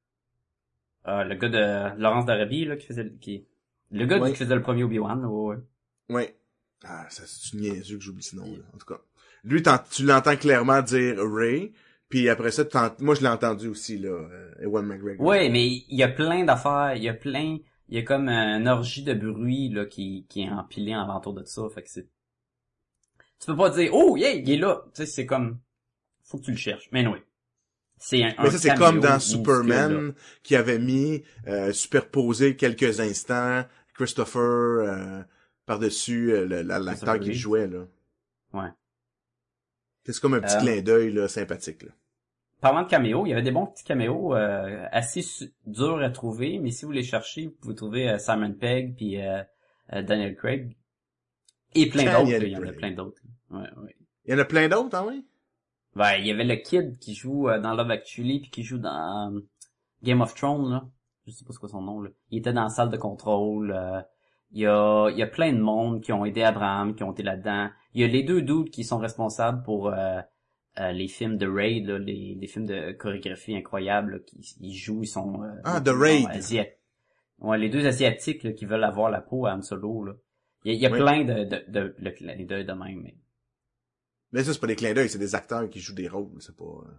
Euh, le gars de Laurence d'Arabie, là, qui faisait, le- qui, le gars Ouais. qui faisait le premier Obi-Wan, ouais, ouais. Ouais. Ah, ça, c'est une niaiseux que j'oublie ce nom, là. En tout cas. Lui, t'en- tu l'entends clairement dire Ray, puis après ça, t'en- moi, je l'ai entendu aussi, là, euh, Ewan McGregor. Ouais, mais il y a plein d'affaires, il y a plein, il y a comme une orgie de bruit, là, qui, qui est empilée en alentour de ça, fait que c'est, tu peux pas dire, oh, yeah, il est là, tu sais, c'est comme, faut que tu le cherches, mais oui. C'est un, Mais un ça, c'est caméo comme dans minuscule, Superman, là. qui avait mis, euh, superposé quelques instants, Christopher, euh, par-dessus euh, le- la- l'acteur Christopher qui Reeve. jouait, là. Ouais. C'est comme un petit Euh, clin d'œil, là, sympathique, là. Parlant de caméos, il y avait des bons petits caméos euh, assez su- durs à trouver, mais si vous les cherchez, vous pouvez trouver euh, Simon Pegg puis euh, euh, Daniel Craig. Et plein d'autres, Daniel il y en a Craig. plein d'autres. Ouais, ouais. Il y en a plein d'autres, hein, oui? Ben, il y avait le kid qui joue euh, dans Love Actually puis qui joue dans euh, Game of Thrones, là. Je sais pas c'est quoi son nom, là. Il était dans la salle de contrôle. euh, il y a il y a plein de monde qui ont aidé Abraham, qui ont été là-dedans. Il y a les deux dudes qui sont responsables pour euh, euh, les films de Raid, là, les, les films de chorégraphie incroyable, là, qui ils jouent, ils sont... Euh, Ah, ils The sont Raid. asiat- Ouais, les deux Asiatiques là, qui veulent avoir la peau à Han Solo, là. Il y a, il y a Oui. plein de, de, de, de clins d'œil de même, mais... Mais ça, c'est pas des clins d'œil, c'est des acteurs qui jouent des rôles, c'est pas... euh,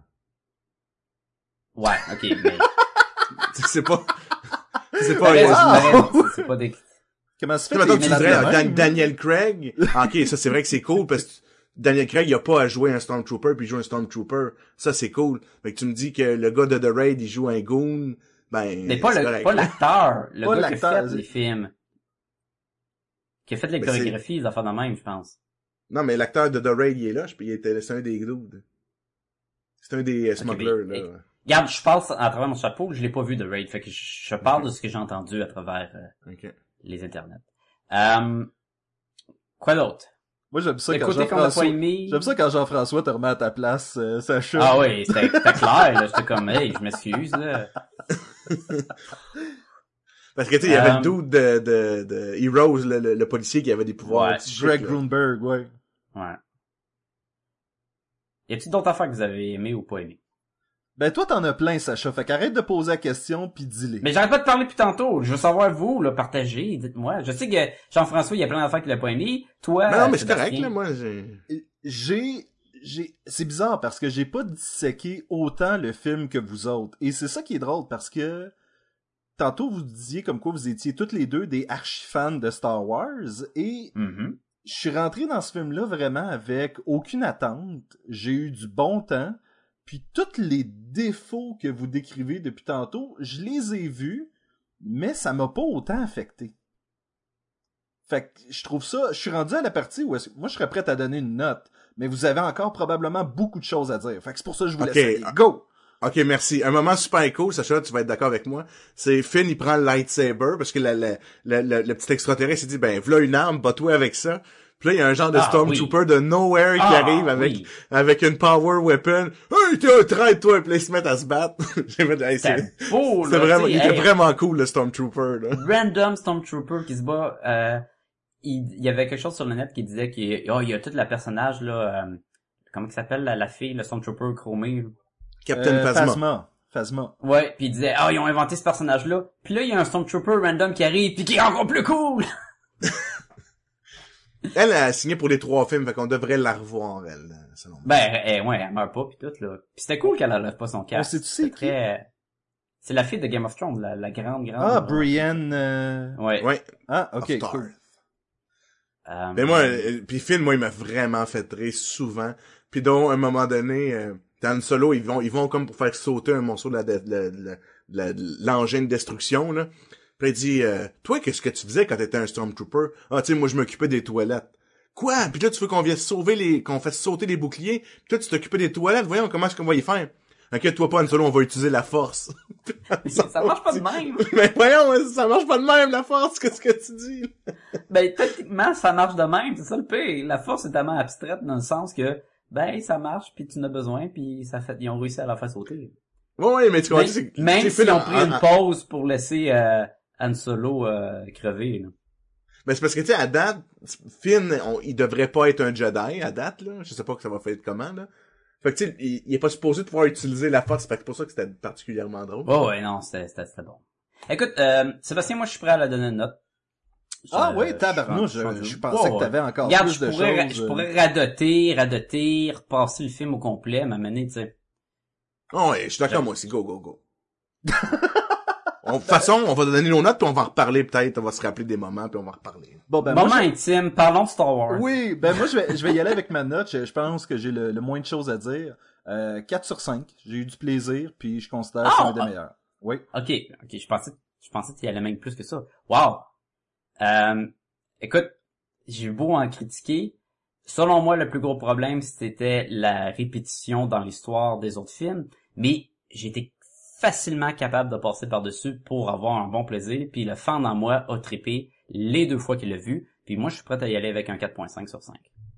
Ouais, ok, mais... c'est c'est pas... c'est Ouais, pas... c'est euh, vrai, c'est- c'est pas des... Comment se Tu fait sais, mettons que qu'il tu est dirais, malade de ah, Dan- même? Daniel Craig, ah, ok, ça c'est vrai que c'est cool, parce que Daniel Craig, il a pas à jouer un Stormtrooper, puis il joue un Stormtrooper. Ça, c'est cool. Mais que tu me dis que le gars de The Raid, il joue un goon, ben... Mais pas c'est le, correct, pas là. l'acteur, le Pas gars qui a l'acteur, fait c'est- les films. Qui a fait les Mais c'est- chorégraphies, les affaires de même, je pense. Non, mais l'acteur de The Raid, il est là, je- il était, c'est un des dudes. C'est un des euh, smugglers, mais- là. Regarde, je passe à travers mon chapeau, je l'ai pas vu de Raid, fait que je, je parle de ce que j'ai entendu à travers euh, Ok. les internets. Euh, quoi d'autre? Moi, j'aime ça Le quand côté qu'on a pas Jean-François... aimé... J'aime ça quand Jean-François te remet à ta place, euh, Sacha. Ah oui, c'était c'était clair, là, j'étais comme, hey, je m'excuse, là. Parce que, tu sais, il y avait Euh, le dude de, de, de Heroes, le, le, le policier qui avait des pouvoirs Ouais, psychiques, Greg là. Grunberg, ouais. Ouais. Y a-t-il d'autres affaires que vous avez aimées ou pas aimées? Ben, toi, t'en as plein, Sacha. Fait qu'arrête de poser la question, pis dis-les. Mais j'arrête pas de parler depuis tantôt. Je veux savoir, vous, là, partagez, dites-moi. Je sais que Jean-François, il y a plein d'affaires qu'il a pas aimées. Toi, Non, non, mais c'est Sébastien, correct, là, moi, j'ai... J'ai... j'ai... C'est bizarre, parce que j'ai pas disséqué autant le film que vous autres. Et c'est ça qui est drôle, parce que... Tantôt, vous disiez comme quoi vous étiez toutes les deux des archi-fans de Star Wars, et Mhm. je suis rentré dans ce film-là vraiment avec aucune attente. J'ai eu du bon temps. Puis tous les défauts que vous décrivez depuis tantôt, je les ai vus, mais ça m'a pas autant affecté. Fait que je trouve ça... Je suis rendu à la partie où... Moi, je serais prêt à donner une note, mais vous avez encore probablement beaucoup de choses à dire. Fait que c'est pour ça que je vous laisse okay. aller. Go! Ok, merci. Un moment super cool, Sacha, tu vas être d'accord avec moi. C'est Finn, il prend le lightsaber, parce que la, la, la, la, le petit extraterrestre, il dit, ben, v'là une arme, bats-toi avec ça. Puis là, il y a un genre de ah, Stormtrooper oui. de nowhere qui ah, arrive avec oui. avec une power weapon. Hey, t'es un traître, toi! Puis là, ils se mettent à se battre. J'ai fait, hey, c'est, c'est beau, c'est là. vraiment, il était hey, vraiment cool, le Stormtrooper, là. Random Stormtrooper qui se bat, euh, il, il y avait quelque chose sur le net qui disait qu'il oh, il y a tout le personnage, là, euh, comment il s'appelle, la, la fille, le Stormtrooper chromé, là. Captain euh, Phasma. Phasma. Phasma. Ouais, puis il disait, ah, oh, ils ont inventé ce personnage-là. Puis là, il y a un Stormtrooper random qui arrive, puis qui est encore plus cool! Elle a signé pour les trois films, fait qu'on devrait la revoir, elle, selon moi. Ben, eh, ouais, elle meurt pas, pis tout, là. Pis c'était cool qu'elle enlève pas son casque. On sait-tu c'est qui? très... C'est la fille de Game of Thrones, la, la grande, grande... Ah, Brienne... Euh... Ouais. Ouais. Ah, ok, Of cool. Euh, Mais moi, euh, puis Finn, moi, il m'a vraiment fait rire souvent. Puis donc, à un moment donné, euh, dans le solo, ils vont, ils vont comme pour faire sauter un morceau de la, de, de, de, de, de l'engin de destruction, là. Puis il dit, euh, toi, qu'est-ce que tu faisais quand t'étais un Stormtrooper? Ah, tu sais, moi, je m'occupais des toilettes. Quoi? Puis là, tu veux qu'on vienne sauver les, qu'on fasse sauter les boucliers? Puis toi, tu t'occupais des toilettes? Voyons, comment est-ce qu'on va y faire? Inquiète-toi pas, Solo, on va utiliser la force. ça, ça marche pas de même. Mais voyons, ça marche pas de même, la force, qu'est-ce que tu dis? Ben, techniquement, ça marche de même, c'est ça le pire. La force est tellement abstraite dans le sens que, ben, ça marche, puis tu en as besoin, puis ça fait, ils ont réussi à la faire sauter. Ouais, ouais, mais tu comprends, Mais, c'est que... même s'ils Finn, ont pris en, une en, pause pour laisser euh, Han Solo euh, crever, là. Ben, c'est parce que, tu sais, à date, Finn, on, il devrait pas être un Jedi, à date, là. Je sais pas que ça va faire comment, là. Fait que, tu sais, il, il est pas supposé de pouvoir utiliser la force, fait que c'est pour ça que c'était particulièrement drôle. Oh, ouais, non, c'était, c'était, c'était bon. Écoute, euh, Sébastien, moi, je suis prêt à la donner une note. Je, Ah oui, tabarnouche, je, je, je pensais oh, que t'avais encore regarde, plus je de pourrais, choses. Je pourrais radoter, radoter, repasser le film au complet, m'amener, tu sais. Oh, ouais, je suis d'accord, moi aussi. Go, go, go. De toute façon, on va donner nos notes, puis on va en reparler peut-être. On va se rappeler des moments, puis on va en reparler. Bon, ben, Moment moi, intime, parlons de Star Wars. Oui, ben moi, je vais, je vais y aller avec ma note. Je, je pense que j'ai le, le moins de choses à dire. Euh, quatre sur cinq. J'ai eu du plaisir, puis je considère que Oh, c'est un des ah. meilleurs. Oui. Ok, ok, je pensais, je pensais qu'il y allait même plus que ça. Wow. Euh, écoute, j'ai beau en critiquer. Selon moi, le plus gros problème, c'était la répétition dans l'histoire des autres films. Mais j'étais facilement capable de passer par-dessus pour avoir un bon plaisir. Puis le fan en moi a trippé les deux fois qu'il l'a vu. Puis moi, je suis prêt à y aller avec un quatre virgule cinq sur cinq.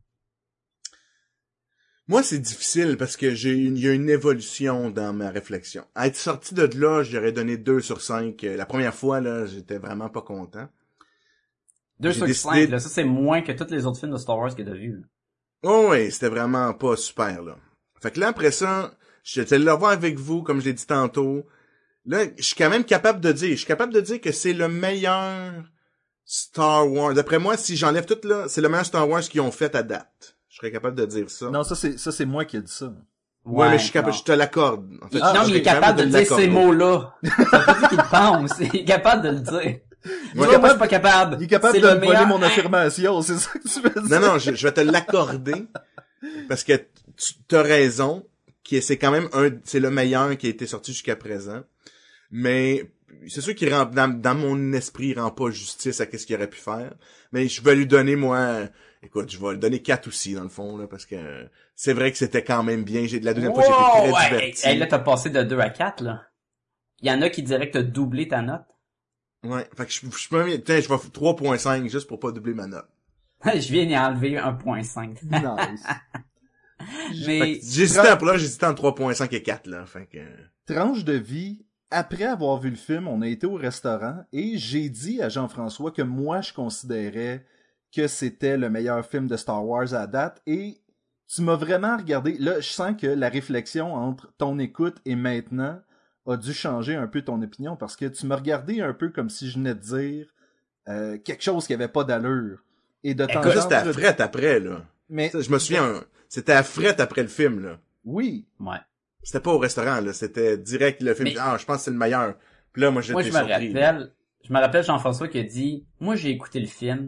Moi, c'est difficile parce que j'ai il y a une évolution dans ma réflexion. À être sorti de là, j'aurais donné deux sur cinq. La première fois, là, j'étais vraiment pas content. deux J'ai sur décidé... cinq, là, ça c'est moins que tous les autres films de Star Wars que t'as vu. Là. Oh oui, c'était vraiment pas super, là. Fait que là, après ça, j'étais le voir avec vous, comme je l'ai dit tantôt. Là, je suis quand même capable de dire, je suis capable de dire que c'est le meilleur Star Wars. D'après moi, si j'enlève tout là, c'est le meilleur Star Wars qu'ils ont fait à date. Je serais capable de dire ça. Non, ça c'est, ça c'est moi qui ai dit ça. Ouais, Ouais, mais je suis capable, non. je te l'accorde. En fait, Ah, je non, mais il est serais capable de, dire l'accorder. ces mots-là. Ça veut pas dire qu'il le pense. Il est capable de le dire. Ouais. Moi, moi, je suis pas capable. Il est capable C'est de le me voler meilleur- mon affirmation, c'est ça que tu veux dire? Non, non, je, je vais te l'accorder. Parce que tu as raison, qui est- c'est quand même un, c'est le meilleur qui a été sorti jusqu'à présent. Mais, c'est sûr qu'il rend, dans, dans mon esprit, il rend pas justice à qu'est-ce qu'il aurait pu faire. Mais je vais lui donner, moi, écoute, je vais lui donner quatre aussi, dans le fond, là, parce que c'est vrai que c'était quand même bien. J'ai, la deuxième fois, j'étais très Wow, ouais. diverti. Hey, là, t'as passé de deux à quatre, là. Il y en a qui diraient que t'as doublé ta note. Ouais, fait que je, je peux même, tiens, je vais trois virgule cinq juste pour pas doubler ma note. Je viens d'y enlever un virgule cinq. Nice. Fait Mais, que J'hésitais après là, j'hésitais entre trois virgule cinq et quatre, là, fait que... Tranche de vie, après avoir vu le film, on a été au restaurant et j'ai dit à Jean-François que moi, je considérais que c'était le meilleur film de Star Wars à date et tu m'as vraiment regardé. Là, je sens que la réflexion entre ton écoute et maintenant a dû changer un peu ton opinion parce que tu m'as regardé un peu comme si je venais de dire euh, quelque chose qui avait pas d'allure. Et de temps Ça, en c'était à temps... frette après, là. Mais Ça, je me souviens, c'était à frette après le film, là. oui, ouais. C'était pas au restaurant, là. C'était direct le film. Mais- Ah, je pense que c'est le meilleur. Puis là, moi, j'étais Moi, je me surpris. là. rappelle, je me rappelle Jean-François qui a dit, moi, j'ai écouté le film,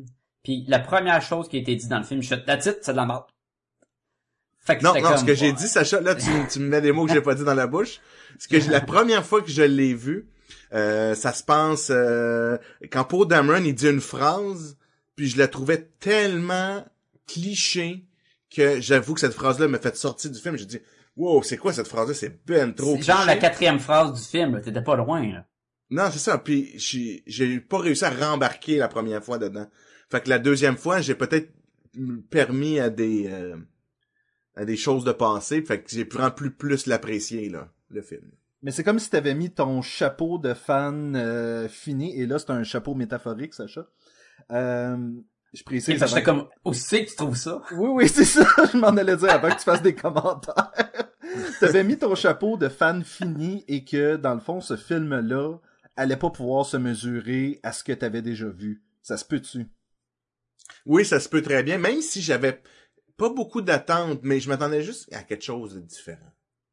Puis la première chose qui a été dit dans le film, je suis that's it, c'est de la merde. Fait que Non, c'était non, comme, ce que j'ai ouais. dit, Sacha, là, tu, tu me mets des mots que j'ai pas dit dans la bouche. Ce que j'ai- la première fois que je l'ai vu, euh, ça se passe euh, quand Poe Dameron, il dit une phrase, puis je la trouvais tellement cliché que j'avoue que cette phrase-là m'a fait sortir du film. J'ai dit, wow, c'est quoi cette phrase-là? C'est ben trop C'est genre cliché. la quatrième phrase du film, là, t'étais pas loin, là. Non, c'est ça. Puis j'ai j'ai pas réussi à rembarquer la première fois dedans. Fait que la deuxième fois, j'ai peut-être permis à des euh, à des choses de passer. Fait que j'ai pu vraiment plus plus l'apprécier là, le film. Mais c'est comme si t'avais mis ton chapeau de fan euh, fini, et là c'est un chapeau métaphorique, Sacha. Euh, je précise. Et avant j'étais que- comme, aussi que tu trouves ça? Oui, oui, c'est ça. Je m'en allais dire avant que tu fasses des commentaires. T'avais mis ton chapeau de fan fini et que, dans le fond, ce film-là allait pas pouvoir se mesurer à ce que t'avais déjà vu. Ça se peut-tu? Oui, ça se peut très bien, même si j'avais pas beaucoup d'attentes, mais je m'attendais juste à quelque chose de différent.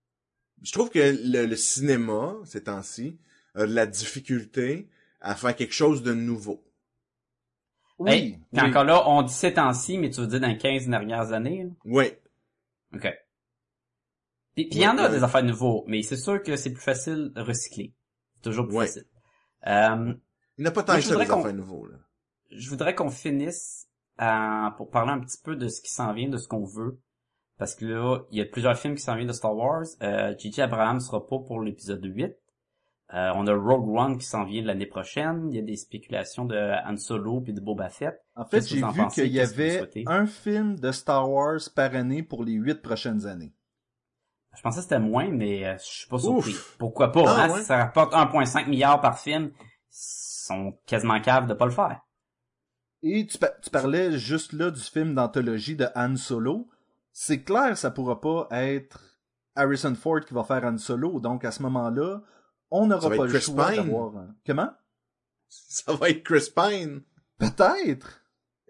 Je trouve que le, le cinéma, ces temps-ci, a de la difficulté à faire quelque chose de nouveau. Oui. Hey, puis oui. encore là, on dit ces temps-ci, mais tu veux dire dans les quinze dernières années, là? Oui. OK. Puis il y en a Ouais, des ouais. affaires nouveaux, mais c'est sûr que c'est plus facile de recycler. C'est toujours plus Ouais. facile. Euh, Il n'y a pas tant Moi, que je ça voudrais des qu'on- affaires nouveaux, là. je voudrais qu'on finisse euh, pour parler un petit peu de ce qui s'en vient, de ce qu'on veut. Parce que là, il y a plusieurs films qui s'en viennent de Star Wars. Euh, J J Abrams sera pas pour l'épisode huit. Euh, on a Rogue One qui s'en vient l'année prochaine. Il y a des spéculations de Han Solo puis de Boba Fett. En fait, Qu'est-ce que j'ai vous en vu pensez? qu'il y Qu'est-ce que vous avait souhaitez? un film de Star Wars par année pour les huit prochaines années. Je pensais que c'était moins, mais euh, je suis pas surpris. Ouf. Pourquoi pas? Ah, hein? ouais. Si ça rapporte un virgule cinq milliard par film, ils sont quasiment caves de pas le faire. Et tu, pa- tu parlais juste là du film d'anthologie de Han Solo. C'est clair, ça pourra pas être Harrison Ford qui va faire Han Solo. Donc, à ce moment-là, on Ça n'aura va pas être le Chris choix Pine. d'avoir... un- Comment? Ça va être Chris Pine. Peut-être!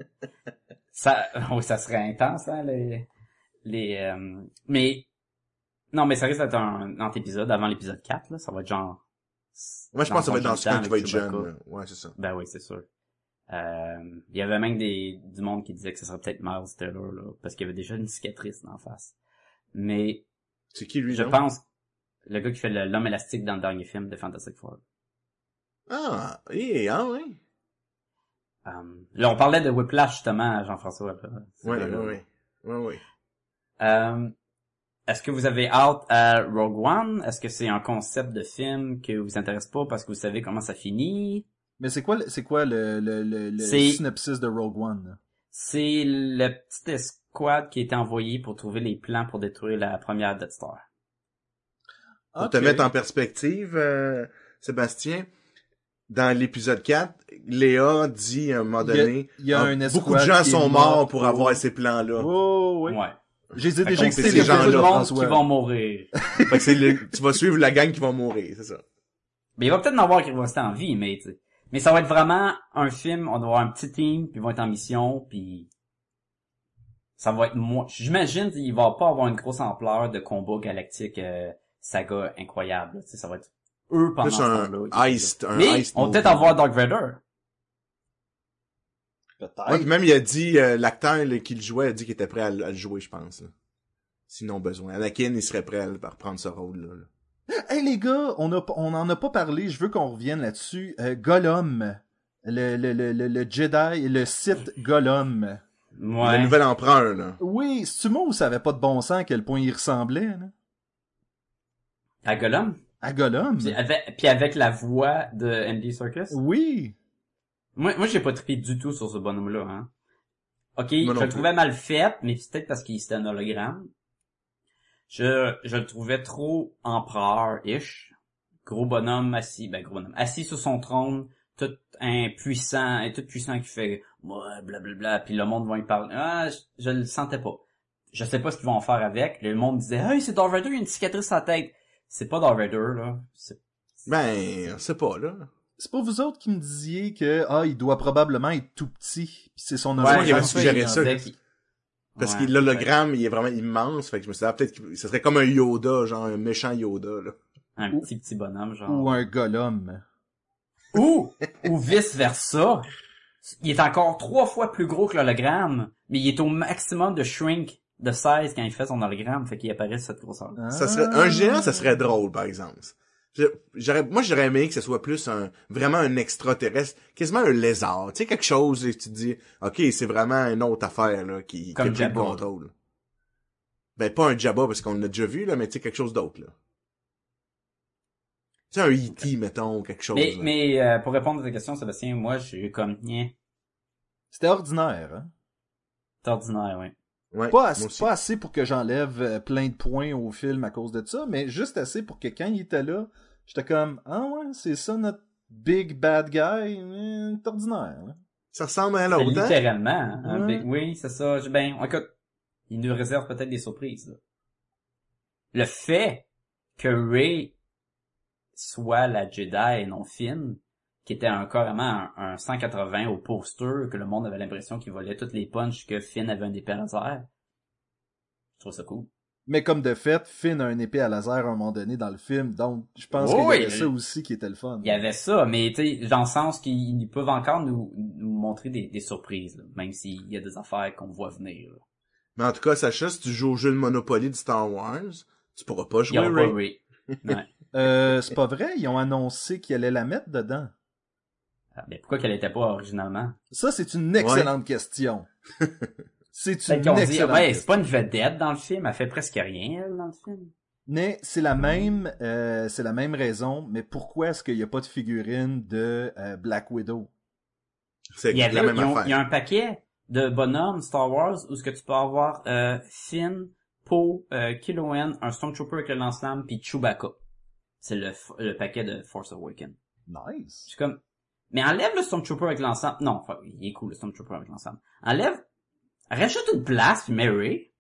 Ça, oui, ça serait intense, hein, les, les, euh, mais, non, mais ça risque d'être un, un épisode avant l'épisode quatre, là. Ça va être genre, Moi, je pense que ça va être dans ce temps temps qui va avec être jeune, Chewbacca. là. Ouais, c'est ça. Ben oui, c'est sûr. Euh, il y avait même des, du monde qui disait que ce serait peut-être Miles Teller, là, parce qu'il y avait déjà une cicatrice en face. Mais, C'est qui, lui, je donc? pense, le gars qui fait le- l'homme élastique dans le dernier film de Fantastic Four. Ah, eh, ah, oui. Euh, là, on parlait de Whiplash, justement, Jean-François, là. Ce Oui, gars-là. oui, oui. Oui, oui. Euh, est-ce que vous avez hâte à Rogue One? Est-ce que c'est un concept de film que vous intéresse pas parce que vous savez comment ça finit? Mais c'est quoi, le- c'est quoi le, le, le, le C'est- synopsis de Rogue One? là? C'est le petit escouade qui a été envoyé pour trouver les plans pour détruire la première Death Star. Pour Ok. te mettre en perspective, euh, Sébastien, dans l'épisode quatre, Léa dit à un moment Il y a- donné, il y a ah, un beaucoup de escouade gens qui est sont mort morts pour pour- avoir ces plans-là. Oh, oui. Ouais. Je les ai Fait déjà qu'on sait sait ces qu'il y a gens-là, beaucoup de monde François. qui vont mourir. Fait que c'est le, tu vas suivre la gang qui va mourir, c'est ça. Mais il va peut-être en avoir qui vont rester en vie, mais tu sais. Mais ça va être vraiment un film, on va avoir un petit team, puis ils vont être en mission, puis ça va être moi. J'imagine qu'il va pas avoir une grosse ampleur de combat galactique euh, saga incroyable. Tu sais, ça va être eux pendant Plus ce un temps-là. heist, un Mais heist on va movie. peut-être avoir Dark Vader. Peut-être. Ouais, puis même il a dit, euh, l'acteur là, qui le jouait a dit qu'il était prêt à, le à le jouer, je pense. Là. Sinon besoin. Anakin, il serait prêt à, le- à reprendre ce rôle-là. Là. Hey les gars, on a on en a pas parlé, je veux qu'on revienne là-dessus. Euh, Gollum, le, le, le, le, le Jedi, le Sith Gollum. Ouais. Le nouvel empereur, là. Oui, c'est-tu moi ou ça avait pas de bon sens à quel point il ressemblait, là? À Gollum. À Gollum? Puis avec, puis avec la voix de Andy Serkis. Oui. Moi, moi, j'ai pas trippé du tout sur ce bonhomme-là, hein. Ok, Moi je non le plus. trouvais mal fait, mais c'est peut-être parce qu'il c'était un hologramme. Je, je le trouvais trop empereur-ish. Gros bonhomme assis, ben gros bonhomme, assis sur son trône, tout impuissant, et tout puissant qui fait, ouais, blablabla, puis le monde va y parler. Ah, je, je le sentais pas. Je sais pas ce qu'ils vont en faire avec. Le monde disait, hey, c'est Darth Vader, il y a une cicatrice sur la tête. C'est pas Darth Vader, là. C'est Ben, on sait pas, là. C'est pas vous autres qui me disiez que, ah, il doit probablement être tout petit, pis c'est son Ouais, moi, hologramme. j'avais François, suggéré il ça. disait qu'il- Parce Ouais. que l'hologramme, il est vraiment immense. Fait que je me suis dit, ah, peut-être que ce serait comme un Yoda, genre un méchant Yoda, là. Un Ou- petit petit bonhomme, genre. Ou un Gollum. Ou, ou vice versa. Il est encore trois fois plus gros que l'hologramme, mais il est au maximum de shrink de seize quand il fait son hologramme, fait qu'il apparaît cette grosseur. Ah. Ça serait, un géant, ça serait drôle, par exemple. Je- J'aurais, moi, j'aurais aimé que ce soit plus un, vraiment un extraterrestre, quasiment un lézard. Tu sais, quelque chose, et tu te dis, OK, c'est vraiment une autre affaire, là, qui, qui a Comme pris le Jabba. contrôle. Ben, pas un Jabba, parce qu'on l'a déjà vu, là, mais tu sais, quelque chose d'autre, là. Tu sais, un E T, mettons, ou quelque chose. Mais, là. mais euh, pour répondre à ta question, Sébastien, moi, je suis comme, nyeh, C'était ordinaire, hein? c'est ordinaire, oui. Ouais, Pas moi assez, aussi. pas assez pour que j'enlève euh, plein de points au film à cause de ça, mais juste assez pour que quand il était là, j'étais comme, ah ouais, c'est ça notre big bad guy, mais c'est ordinaire. Hein? Ça ressemble à C'est l'autre, hein? littéralement, hein, un Ouais. big- oui, c'est ça. Je- Ben, écoute, il nous réserve peut-être des surprises, là. Le fait que Rey soit la Jedi et non Finn, qui était un carrément un, un cent quatre-vingts au poster, que le monde avait l'impression qu'il volait toutes les punches que Finn avait un épée à laser. Je trouve ça cool. Mais comme de fait, Finn a un épée à laser à un moment donné dans le film, donc je pense Oui, qu'il y oui, avait le- ça aussi qui était le fun. Il y avait ça, mais tu sais, dans le sens qu'ils ils peuvent encore nous, nous montrer des, des surprises, là, même s'il y a des affaires qu'on voit venir. Là. Mais en tout cas, Sacha, si tu joues au jeu de Monopoly de Star Wars, tu pourras pas Il y jouer aura Ray. pas Rey. Ouais. Euh, c'est pas vrai, ils ont annoncé qu'ils allaient la mettre dedans. Ah, mais pourquoi qu'elle était pas originalement? Ça, c'est une excellente question. C'est Peut-être une qu'on dit, excellente ouais, c'est question. pas une vedette dans le film, elle fait presque rien, elle, dans le film. Mais c'est la même, euh, c'est la même raison. Mais pourquoi est-ce qu'il n'y a pas de figurine de euh, Black Widow? C'est Il y avait, la même ils ont- affaire. il y a un paquet de bonhommes Star Wars où ce que tu peux avoir euh, Finn, Poe, euh, Kylo Ren, un Stormtrooper avec le lance-flamme, puis Chewbacca. C'est le, f- le paquet de Force Awakens. Nice. Je suis comme, mais enlève le Stormtrooper avec l'ensemble. Non, enfin, il est cool le Stormtrooper avec l'ensemble. Enlève, rajoute une place puis mets Rey.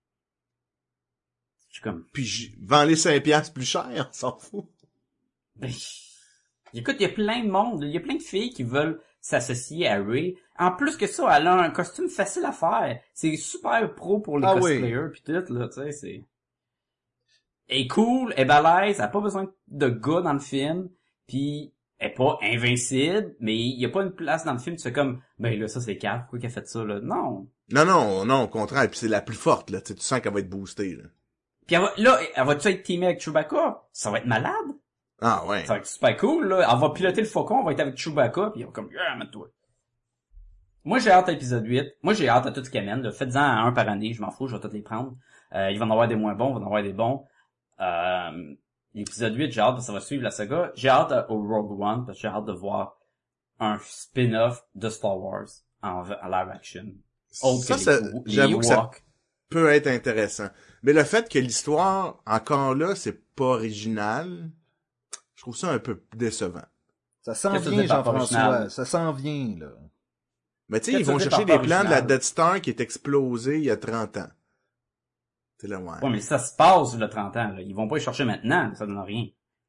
Je suis comme, Puis j- vends les cinq piastres plus cher, on s'en fout. ben, écoute, il y a plein de monde, il y a plein de filles qui veulent s'associer à Rey. En plus que ça, elle a un costume facile à faire. C'est super pro pour les Ah oui. cosplayers puis tout là, tu sais, c'est. Elle est cool, elle est balèze, elle a pas besoin de gars dans le film, puis elle est pas invincible, mais il y a pas une place dans le film, tu fais comme, ben là, ça c'est calme, pourquoi qu'elle a fait ça, là? Non. Non, non, non, au contraire. Puis c'est la plus forte, là. Tu sais, tu sens qu'elle va être boostée, là. Puis elle va, là, elle va-tu être teamée avec Chewbacca? Ça va être malade. Ah, ouais. Ça va être super cool, là. Elle va piloter le faucon, elle va être avec Chewbacca, puis elle va comme, yeah, mets-toi. Moi, j'ai hâte à l'épisode huit. Moi, j'ai hâte à tout ce qu'elle mène, là. Faites-en un par année, je m'en fous, je vais tous les prendre. Euh, il va en avoir des moins bons, il va en avoir des bons. Euh, l'épisode huit, j'ai hâte parce que ça va suivre la saga. J'ai hâte à- au Rogue One parce que j'ai hâte de voir un spin-off de Star Wars en, en live action. Autre Ça, que ça, les, Ew- les j'avoue que ça Ewoks. peut être intéressant. Mais le fait que l'histoire, encore là, c'est pas original, je trouve ça un peu décevant. Ça s'en Qu'est-ce que tu vient, dis par Jean-François. original? Ça s'en vient, là. Mais tu sais, Qu'est-ce ils que vont tu dis chercher par les plans de la original? Death Star qui est explosée il y a trente ans. C'est là, ouais. Ouais, mais ça se passe, le trente ans, là. Ils vont pas les chercher maintenant, ça donne rien.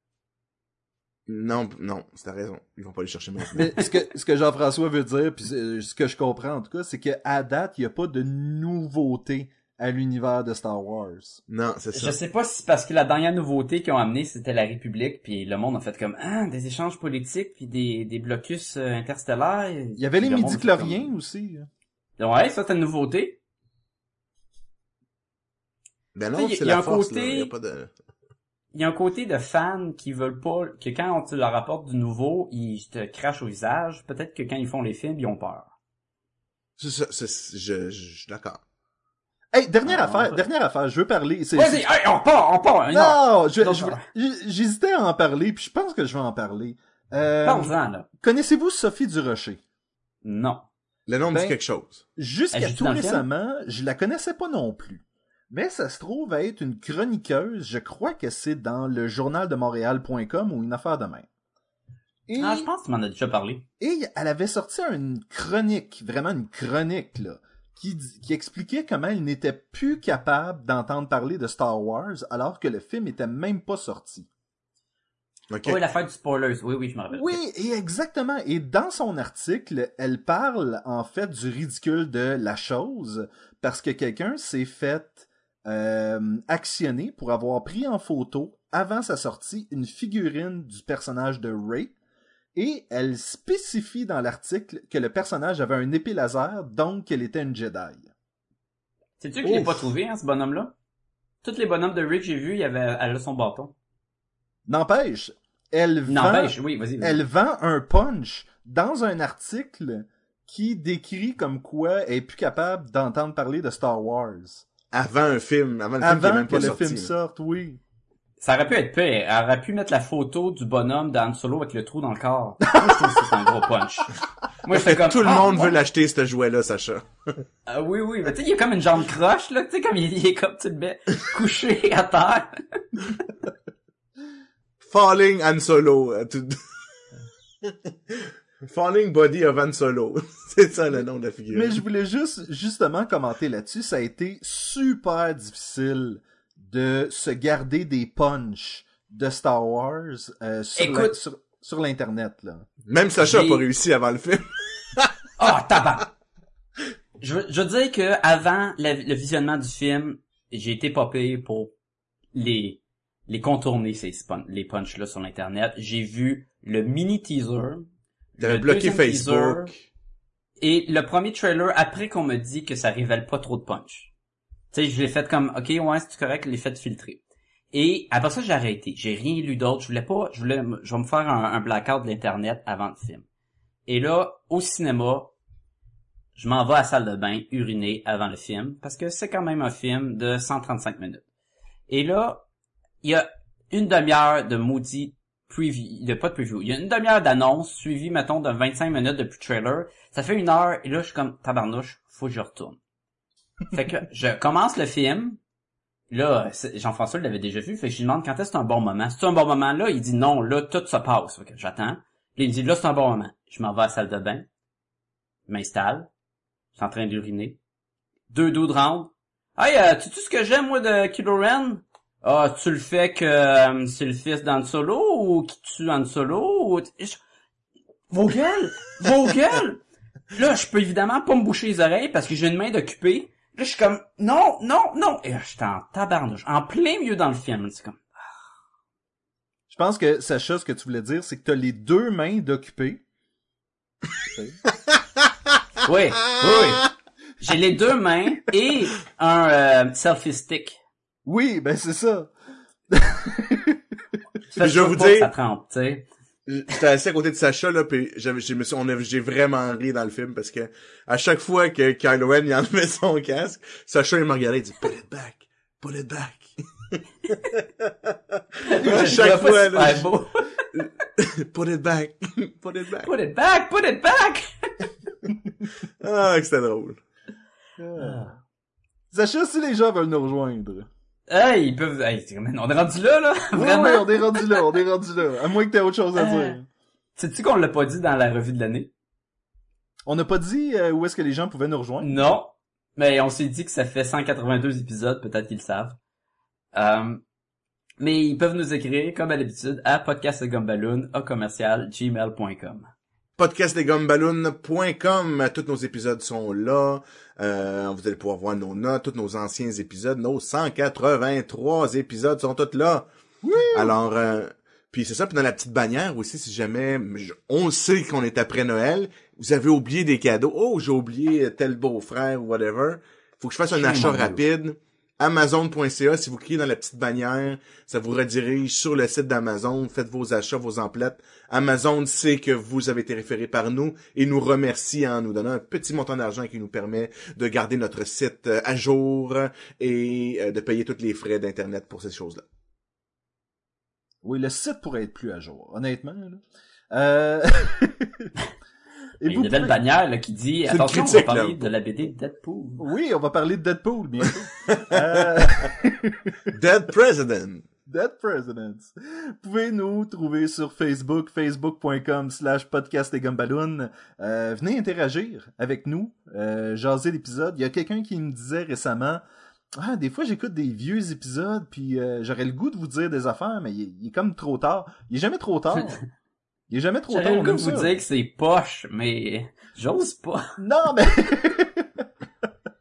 Non, non, c'est ta raison. Ils vont pas les chercher maintenant. Mais ce que, ce que Jean-François veut dire, puis c'est- ce que je comprends en tout cas, c'est qu'à date, il n'y a pas de nouveauté à l'univers de Star Wars. Non, c'est ça. Je sais pas si c'est parce que la dernière nouveauté qu'ils ont amené c'était la République, puis le monde a fait comme, ah, des échanges politiques, puis des, des blocus euh, interstellaires. Il y avait les Puis le monde a fait midi-chloriens comme- aussi. hein. Ouais, ça c'est une nouveauté. Ben Tu non, sais, c'est il y a la un force, côté- là. Il y a pas de... Il y a un côté de fans qui veulent pas, que quand tu leur apportes du nouveau, ils te crachent au visage. Peut-être que quand ils font les films, ils ont peur. C'est ça, c'est, c'est- je, je, je suis d'accord. Hey, dernière Ah, affaire, ouais. dernière affaire, je veux parler. c'est- Vas-y, hey, on part, on part! une heure. Non, je, Non, je- ça. je- j'hésitais à en parler, puis je pense que je vais en parler. Euh, Parle-en, là. connaissez-vous Sophie Durocher? Non. Le nom me Ben, dit quelque chose. Jusqu'à Elle joue tout dans le film? récemment, je la connaissais pas non plus. Mais ça se trouve à être une chroniqueuse, je crois que c'est dans le journal de Montréal point com ou une affaire de même. Et, Ah, je pense que tu m'en as déjà parlé. et elle avait sorti une chronique, vraiment une chronique, là, qui, di- qui expliquait comment elle n'était plus capable d'entendre parler de Star Wars alors que le film était même pas sorti. OK. Oui, l'affaire du spoilers. Oui, oui, je me rappelle. Oui, et exactement. Et dans son article, elle parle en fait du ridicule de la chose parce que quelqu'un s'est fait euh, actionner pour avoir pris en photo avant sa sortie une figurine du personnage de Rey Et elle spécifie dans l'article que le personnage avait un épée laser, donc qu'elle était une Jedi. Sais-tu que je l'ai pas trouvé, hein, ce bonhomme-là? Tous les bonhommes de Rick que j'ai vus, il y avait, elle a son bâton. N'empêche, elle vend, N'empêche, oui, vas-y, vas-y. elle vend un punch dans un article qui décrit comme quoi elle est plus capable d'entendre parler de Star Wars. Avant un film, avant le film qui est Avant même que pas le sorti, film là. sorte, oui. Ça aurait pu être pire. Elle aurait pu mettre la photo du bonhomme d'Han Solo avec le trou dans le corps. Moi, je trouve que c'est un gros punch. Moi, Parce j'étais que comme... tout le ah, monde ouais. veut l'acheter, ce jouet-là, Sacha. Ah oui, oui. Mais tu sais, il y a comme une jambe croche, là. Tu sais, comme il, il est comme, tu le mets couché à terre. Falling Han Solo. euh, tout- Falling Body of Han Solo. C'est ça le nom de la figure. Mais je voulais juste, justement, commenter là-dessus. Ça a été super difficile de se garder des punchs de Star Wars euh, sur, Écoute. la- sur, sur l'Internet, là. Même Sacha a J'ai- pas réussi avant le film. Oh, tabac! Je, veux- je veux dire que avant la- le visionnement du film, j'ai été popé pour les les contourner, ces spon- les punchs là sur l'internet. J'ai vu le mini teaser, T'avais le bloqué deuxième Facebook. teaser et le premier trailer après qu'on me dit que ça révèle pas trop de punch. Tu sais, je l'ai fait comme, ok, ouais, c'est correct, je l'ai fait filtrer. Et après ça, j'ai arrêté. J'ai rien lu d'autre. Je voulais pas, je voulais, me- je vais me faire un, un blackout de l'internet avant le film. Et là, au cinéma, je m'en vais à la salle de bain uriner avant le film, parce que c'est quand même un film de cent trente-cinq minutes. Et là, il y a une demi-heure de maudit preview, de pas de preview, il y a une demi-heure d'annonce suivie, mettons, de vingt-cinq minutes de trailer. Ça fait une heure, et là, je suis comme, tabarnouche, faut que je retourne. Fait que, je commence le film, là, c'est- Jean-François l'avait déjà vu, fait que je lui demande quand est-ce que c'est un bon moment. C'est un bon moment, là? Il dit non, là, tout se passe. Fait que j'attends. Puis il me dit, là, c'est un bon moment. Je m'en vais à la salle de bain, je m'installe, je suis en train d'uriner. Deux dudes rentrent. Hey, euh, tu sais ce que j'aime, moi, de Kylo Ren? Ah, tu le fais que euh, c'est le fils d'Han Solo ou qui tue Han Solo? Ou... Je- Vos gueules! Vos gueules! Là, je peux évidemment pas me boucher les oreilles parce que j'ai une main d'occupée. Là, je suis comme, non, non, non! Et là, j'étais en tabarnouche, en plein milieu dans le film. C'est comme... Je pense que, Sacha, ce que tu voulais dire, c'est que t'as les deux mains d'occupé. Oui, oui, oui. J'ai les deux mains et un euh, selfie stick. Oui, ben c'est ça. Ça fait Je vais vous pas que dire- ça trempe, tu sais. J'étais assis à côté de Sacha, là, pis j'avais, j'ai, me suis- on a- j'ai vraiment ri dans le film parce que à chaque fois que Kylo Ren, il enlevait son casque, Sacha, il me regardait, il dit, put it back, put it back. À Je chaque trouvais fois, pas là, super beau. put it back, put it back. Put it back, put it back! Ah, que c'était drôle. Sacha, si les gens veulent nous rejoindre. Hey, ils peuvent... Hey, c'est comme- on est rendu là, là? Oui, Vraiment? oui, on est rendu là, on est rendu là. À moins que t'aies autre chose à Euh. dire. Sais-tu qu'on l'a pas dit dans la revue de l'année? On n'a pas dit euh, où est-ce que les gens pouvaient nous rejoindre. Non. Mais on s'est dit que ça fait cent quatre-vingt-deux épisodes, peut-être qu'ils le savent. Euh, mais ils peuvent nous écrire, comme à l'habitude, à podcastlegumballoon, à commercial, gmail point com. podcast les gumballoon point com, tous nos épisodes sont là. Euh, vous allez pouvoir voir nos notes, tous nos anciens épisodes, nos cent quatre-vingt-trois épisodes sont tous là. Oui. Alors, euh, puis c'est ça, puis dans la petite bannière aussi, si jamais je- on sait qu'on est après Noël, vous avez oublié des cadeaux. Oh, j'ai oublié tel beau-frère ou whatever. Faut que je fasse un Chez achat mon rapide. Amazon point c a, si vous cliquez dans la petite bannière, ça vous redirige sur le site d'Amazon, faites vos achats, vos emplettes. Amazon sait que vous avez été référé par nous et nous remercie en nous donnant un petit montant d'argent qui nous permet de garder notre site euh, à jour et euh, de payer tous les frais d'Internet pour ces choses-là. Oui, le site pourrait être plus à jour, honnêtement. Là. Euh... Il y a une belle bannière là, qui dit, C'est une attention, critique, on va parler là. de la B D Deadpool. Oui, on va parler de Deadpool bientôt. euh... Dead President. Dead Presidents. Vous pouvez nous trouver sur Facebook, facebook point com slash podcast et gumballoon. Euh, venez interagir avec nous, euh, jaser l'épisode. Il y a quelqu'un qui me disait récemment, ah, des fois j'écoute des vieux épisodes, puis euh, j'aurais le goût de vous dire des affaires, mais il est, il est comme trop tard. Il est jamais trop tard. Il est jamais trop tard. J'aurais le on goût aime de vous ça. dire que c'est poche, mais j'ose pas. Non, mais...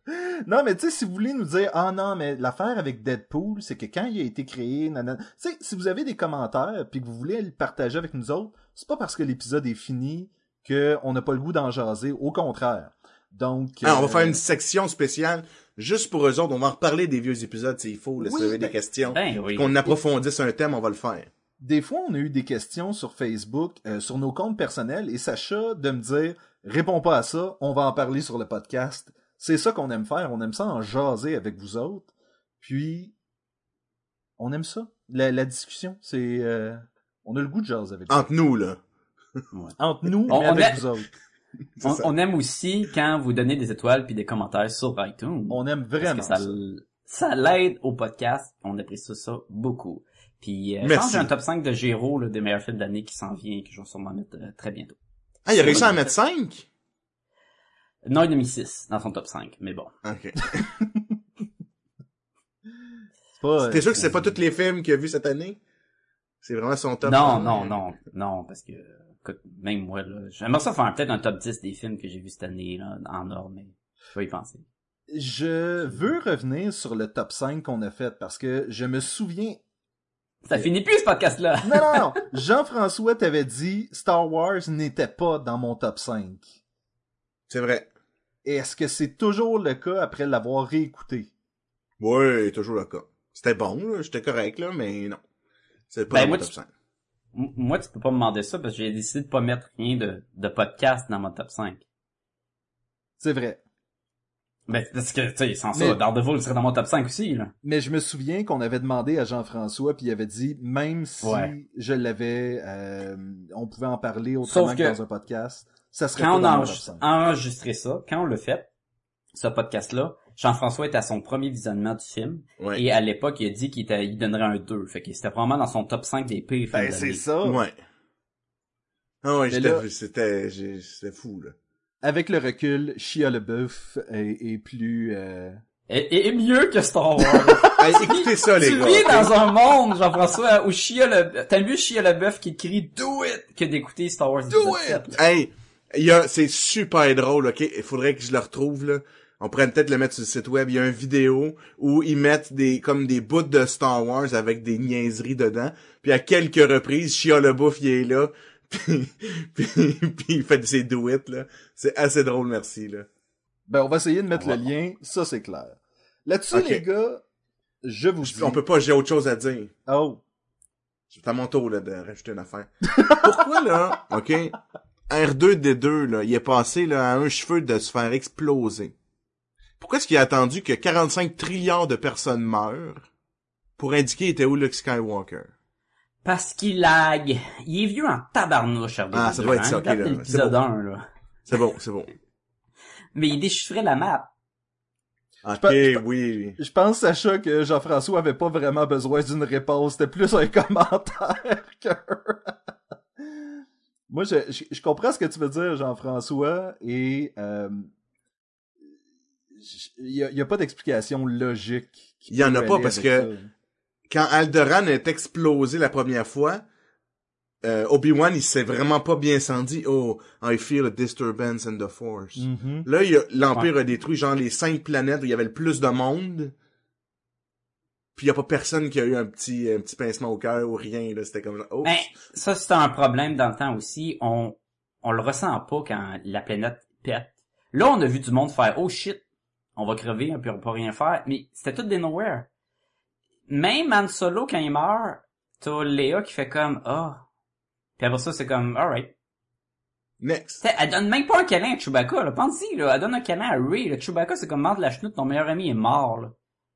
Non, mais tu sais, si vous voulez nous dire, ah non, mais l'affaire avec Deadpool, c'est que quand il a été créé, nanana... tu sais, si vous avez des commentaires puis que vous voulez le partager avec nous autres, c'est pas parce que l'épisode est fini qu'on n'a pas le goût d'en jaser, au contraire. Donc, ah, on va euh, faire une section spéciale juste pour eux autres. On va en reparler des vieux épisodes, s'il faut, là, si Oui, vous avez ben- des questions. Ben oui. Qu'on approfondisse un thème, on va le faire. Des fois, on a eu des questions sur Facebook, euh, sur nos comptes personnels, et Sacha de me dire, réponds pas à ça, on va en parler sur le podcast. C'est ça qu'on aime faire, on aime ça en jaser avec vous autres. Puis, on aime ça, la, la discussion. C'est, euh, on a le goût de jaser avec vous. Entre nous, là. Entre nous, On- mais on avec a- vous autres. C'est On, ça. on aime aussi quand vous donnez des étoiles puis des commentaires sur iTunes. On aime Parce vraiment que ça, ça. l- ça l'aide au podcast. On apprécie ça beaucoup. Puis, euh, je pense Merci. que j'ai un top cinq de Géro, là, des meilleurs films de l'année qui s'en vient et que je vais sûrement mettre euh, très bientôt. Ah, il a réussi à en mettre cinq? Non, il a mis six dans son top cinq, mais bon. Ok. C'est pas, T'es euh, sûr que c'est pas tous les films qu'il a vus cette année? C'est vraiment son top? Non, euh, non, non, non, parce que, écoute, même moi, là, j'aimerais ça faire peut-être un top dix des films que j'ai vus cette année, là, en ordre, mais je vais y penser. Je veux revenir sur le top cinq qu'on a fait, parce que je me souviens... Ça finit plus, ce podcast-là! Non, non, non. Jean-François t'avait dit Star Wars n'était pas dans mon top cinq. C'est vrai. Et est-ce que c'est toujours le cas après l'avoir réécouté? Ouais, toujours le cas. C'était bon, là. J'étais correct, là, mais non. C'est pas Ben, dans moi, mon top tu- cinq. M- Moi, tu peux pas me demander ça parce que j'ai décidé de pas mettre rien de, de podcast dans mon top cinq. C'est vrai. Ben, parce que, tu sais, sans Mais- ça, Daredevil serait dans mon top cinq aussi, là. Mais je me souviens qu'on avait demandé à Jean-François, puis il avait dit, même si Ouais. je l'avais, euh, on pouvait en parler Sauf autrement que... que- dans un podcast, ça serait Quand pas on dans a mon top enregistré, cinq. enregistré ça, quand on l'a fait, ce podcast-là, Jean-François était à son premier visionnement du film, Ouais. et à l'époque, il a dit qu'il était, il donnerait un deux. Fait que c'était vraiment dans son top cinq des pires films Ben, de c'est l'année. ça. Ouais. Ah ouais, Mais j'étais, là- c'était, j'ai- c'était fou, là. Avec le recul, Shia LaBeouf est, est plus... euh, Et, et, et mieux que Star Wars. Hey, écoutez ça, les Tu gars. vis ok? dans un monde, Jean-François, où Shia le, t'as mieux Shia LaBeouf qui crie Do it que d'écouter Star Wars Do épisode it! sept, là. Hey, il y a, c'est super drôle, ok? Il faudrait que je le retrouve, là. On pourrait peut-être le mettre sur le site web. Il y a une vidéo où ils mettent des, comme des bouts de Star Wars avec des niaiseries dedans. Puis à quelques reprises, Shia LaBeouf, il est là. Puis, puis, puis il fait ses do it, là. C'est assez drôle, merci, là. Ben, on va essayer de mettre Ouais. le lien, ça c'est clair. Là-dessus, Ok. les gars, je vous dis... On peut pas, j'ai autre chose à dire. Oh, C'est à mon tour, là, de rajouter une affaire. Pourquoi, là, ok, R deux D deux, là, il est passé, là, à un cheveu de se faire exploser? Pourquoi est-ce qu'il a attendu que quarante-cinq trillions de personnes meurent pour indiquer était où Luke Skywalker? Parce qu'il lag. Il est vieux en tabarnouche, R deux D deux, Ah, ça doit être ça, hein. ok, Regarde là. l'épisode C'est bon. un, là. C'est bon, c'est bon. Mais il déchiffrait la map. Ok, pe- je pe- oui. je pense, Sacha, que Jean-François avait pas vraiment besoin d'une réponse. C'était plus un commentaire que... Moi, je, je, je comprends ce que tu veux dire, Jean-François, et euh, il y a, il y a pas d'explication logique. qui Il y en peut a pas, aller parce avec que- ça. Quand Alderaan est explosé la première fois, euh, Obi-Wan, il s'est vraiment pas bien senti. Oh, I feel a disturbance in the Force. Mhm. Là, il y a- l'Empire a détruit genre les cinq planètes où il y avait le plus de monde. Puis il y a pas personne qui a eu un petit un petit pincement au cœur ou rien, là. C'était comme oh. Ben, ça, c'était un problème dans le temps aussi. On, on le ressent pas quand la planète pète. Là, on a vu du monde faire, oh shit, on va crever, puis on peut rien faire. Mais c'était tout des nowhere. Même Han Solo, quand il meurt, t'as Léa qui fait comme, ah. Oh. Puis après ça, c'est comme, alright. Next. Elle donne même pas un câlin à Chewbacca, là. Pense-y, là. Elle donne un câlin à Rey, là. Chewbacca, c'est comme, merde la chenoute, ton meilleur ami est mort, là.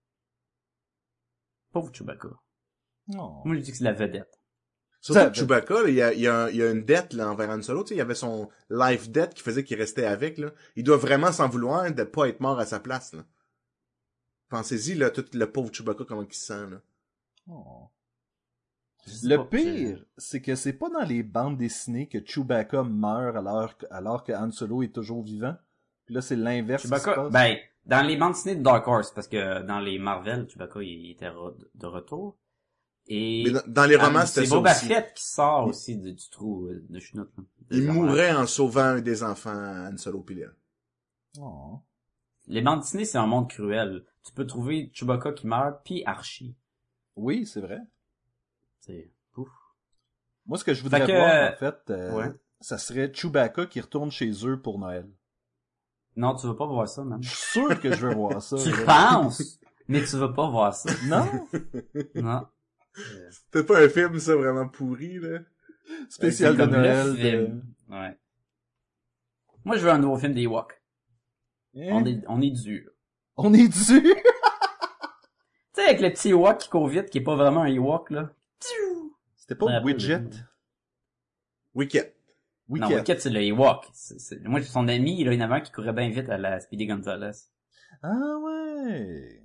Pauvre Chewbacca. Oh. Moi, je dis que c'est la vedette. Surtout Ça- que Chewbacca, là, il y a, il y a, il y a une dette là envers Han Solo. Tu sais, il y avait son life debt qui faisait qu'il restait avec. Là. Il doit vraiment s'en vouloir de pas être mort à sa place. Là. Pensez-y, là, tout le pauvre Chewbacca, comment il se sent. Là. Oh. Je sais Le pas, pire, c'est que c'est pas dans les bandes dessinées que Chewbacca meurt alors, que- alors que Han Solo est toujours vivant. Puis là, c'est l'inverse qui se Chewbacca, passe. ben, dans les bandes dessinées de Dark Horse, parce que dans les Marvel, Chewbacca, il était re- de retour. Et Mais dans, dans les romans, Ah, c'était c'est ça Boba aussi. Fett qui sort aussi de- du trou euh, de chenoute. là. Il Des mourrait en sauvant un des enfants à Han Solo pis Léa. Oh. les bandes dessinées, c'est un monde cruel. Tu peux trouver Chewbacca qui meurt, puis Archie. Oui, c'est vrai. C'est ouf. Moi, ce que je voudrais Fait que, voir, en fait, euh, ouais. ça serait Chewbacca qui retourne chez eux pour Noël. Non, tu veux pas voir ça, man. Je suis sûr que je veux voir ça. Tu là. penses, mais tu veux pas voir ça. Non? Non. C'était pas un film, ça, vraiment pourri, là. Spécial C'est de comme le Noël. de- film. Ouais. Moi, je veux un nouveau film des Ewoks. Hein? On est, on est dur. On est dû! Tu sais, avec le petit Ewok qui court vite, qui est pas vraiment un Ewok, là. C'était pas Ouais, Widget? Wicked. Non, Wicket. Wicket, c'est le Ewok. C'est, c'est... Moi, j'ai son ami, là, il y en avait un qui courait bien vite à la Speedy Gonzales. Ah ouais.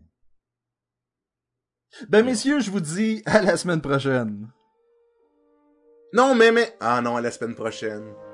Ben messieurs, je vous dis à la semaine prochaine. Non, mais, mais... Ah non, à la semaine prochaine.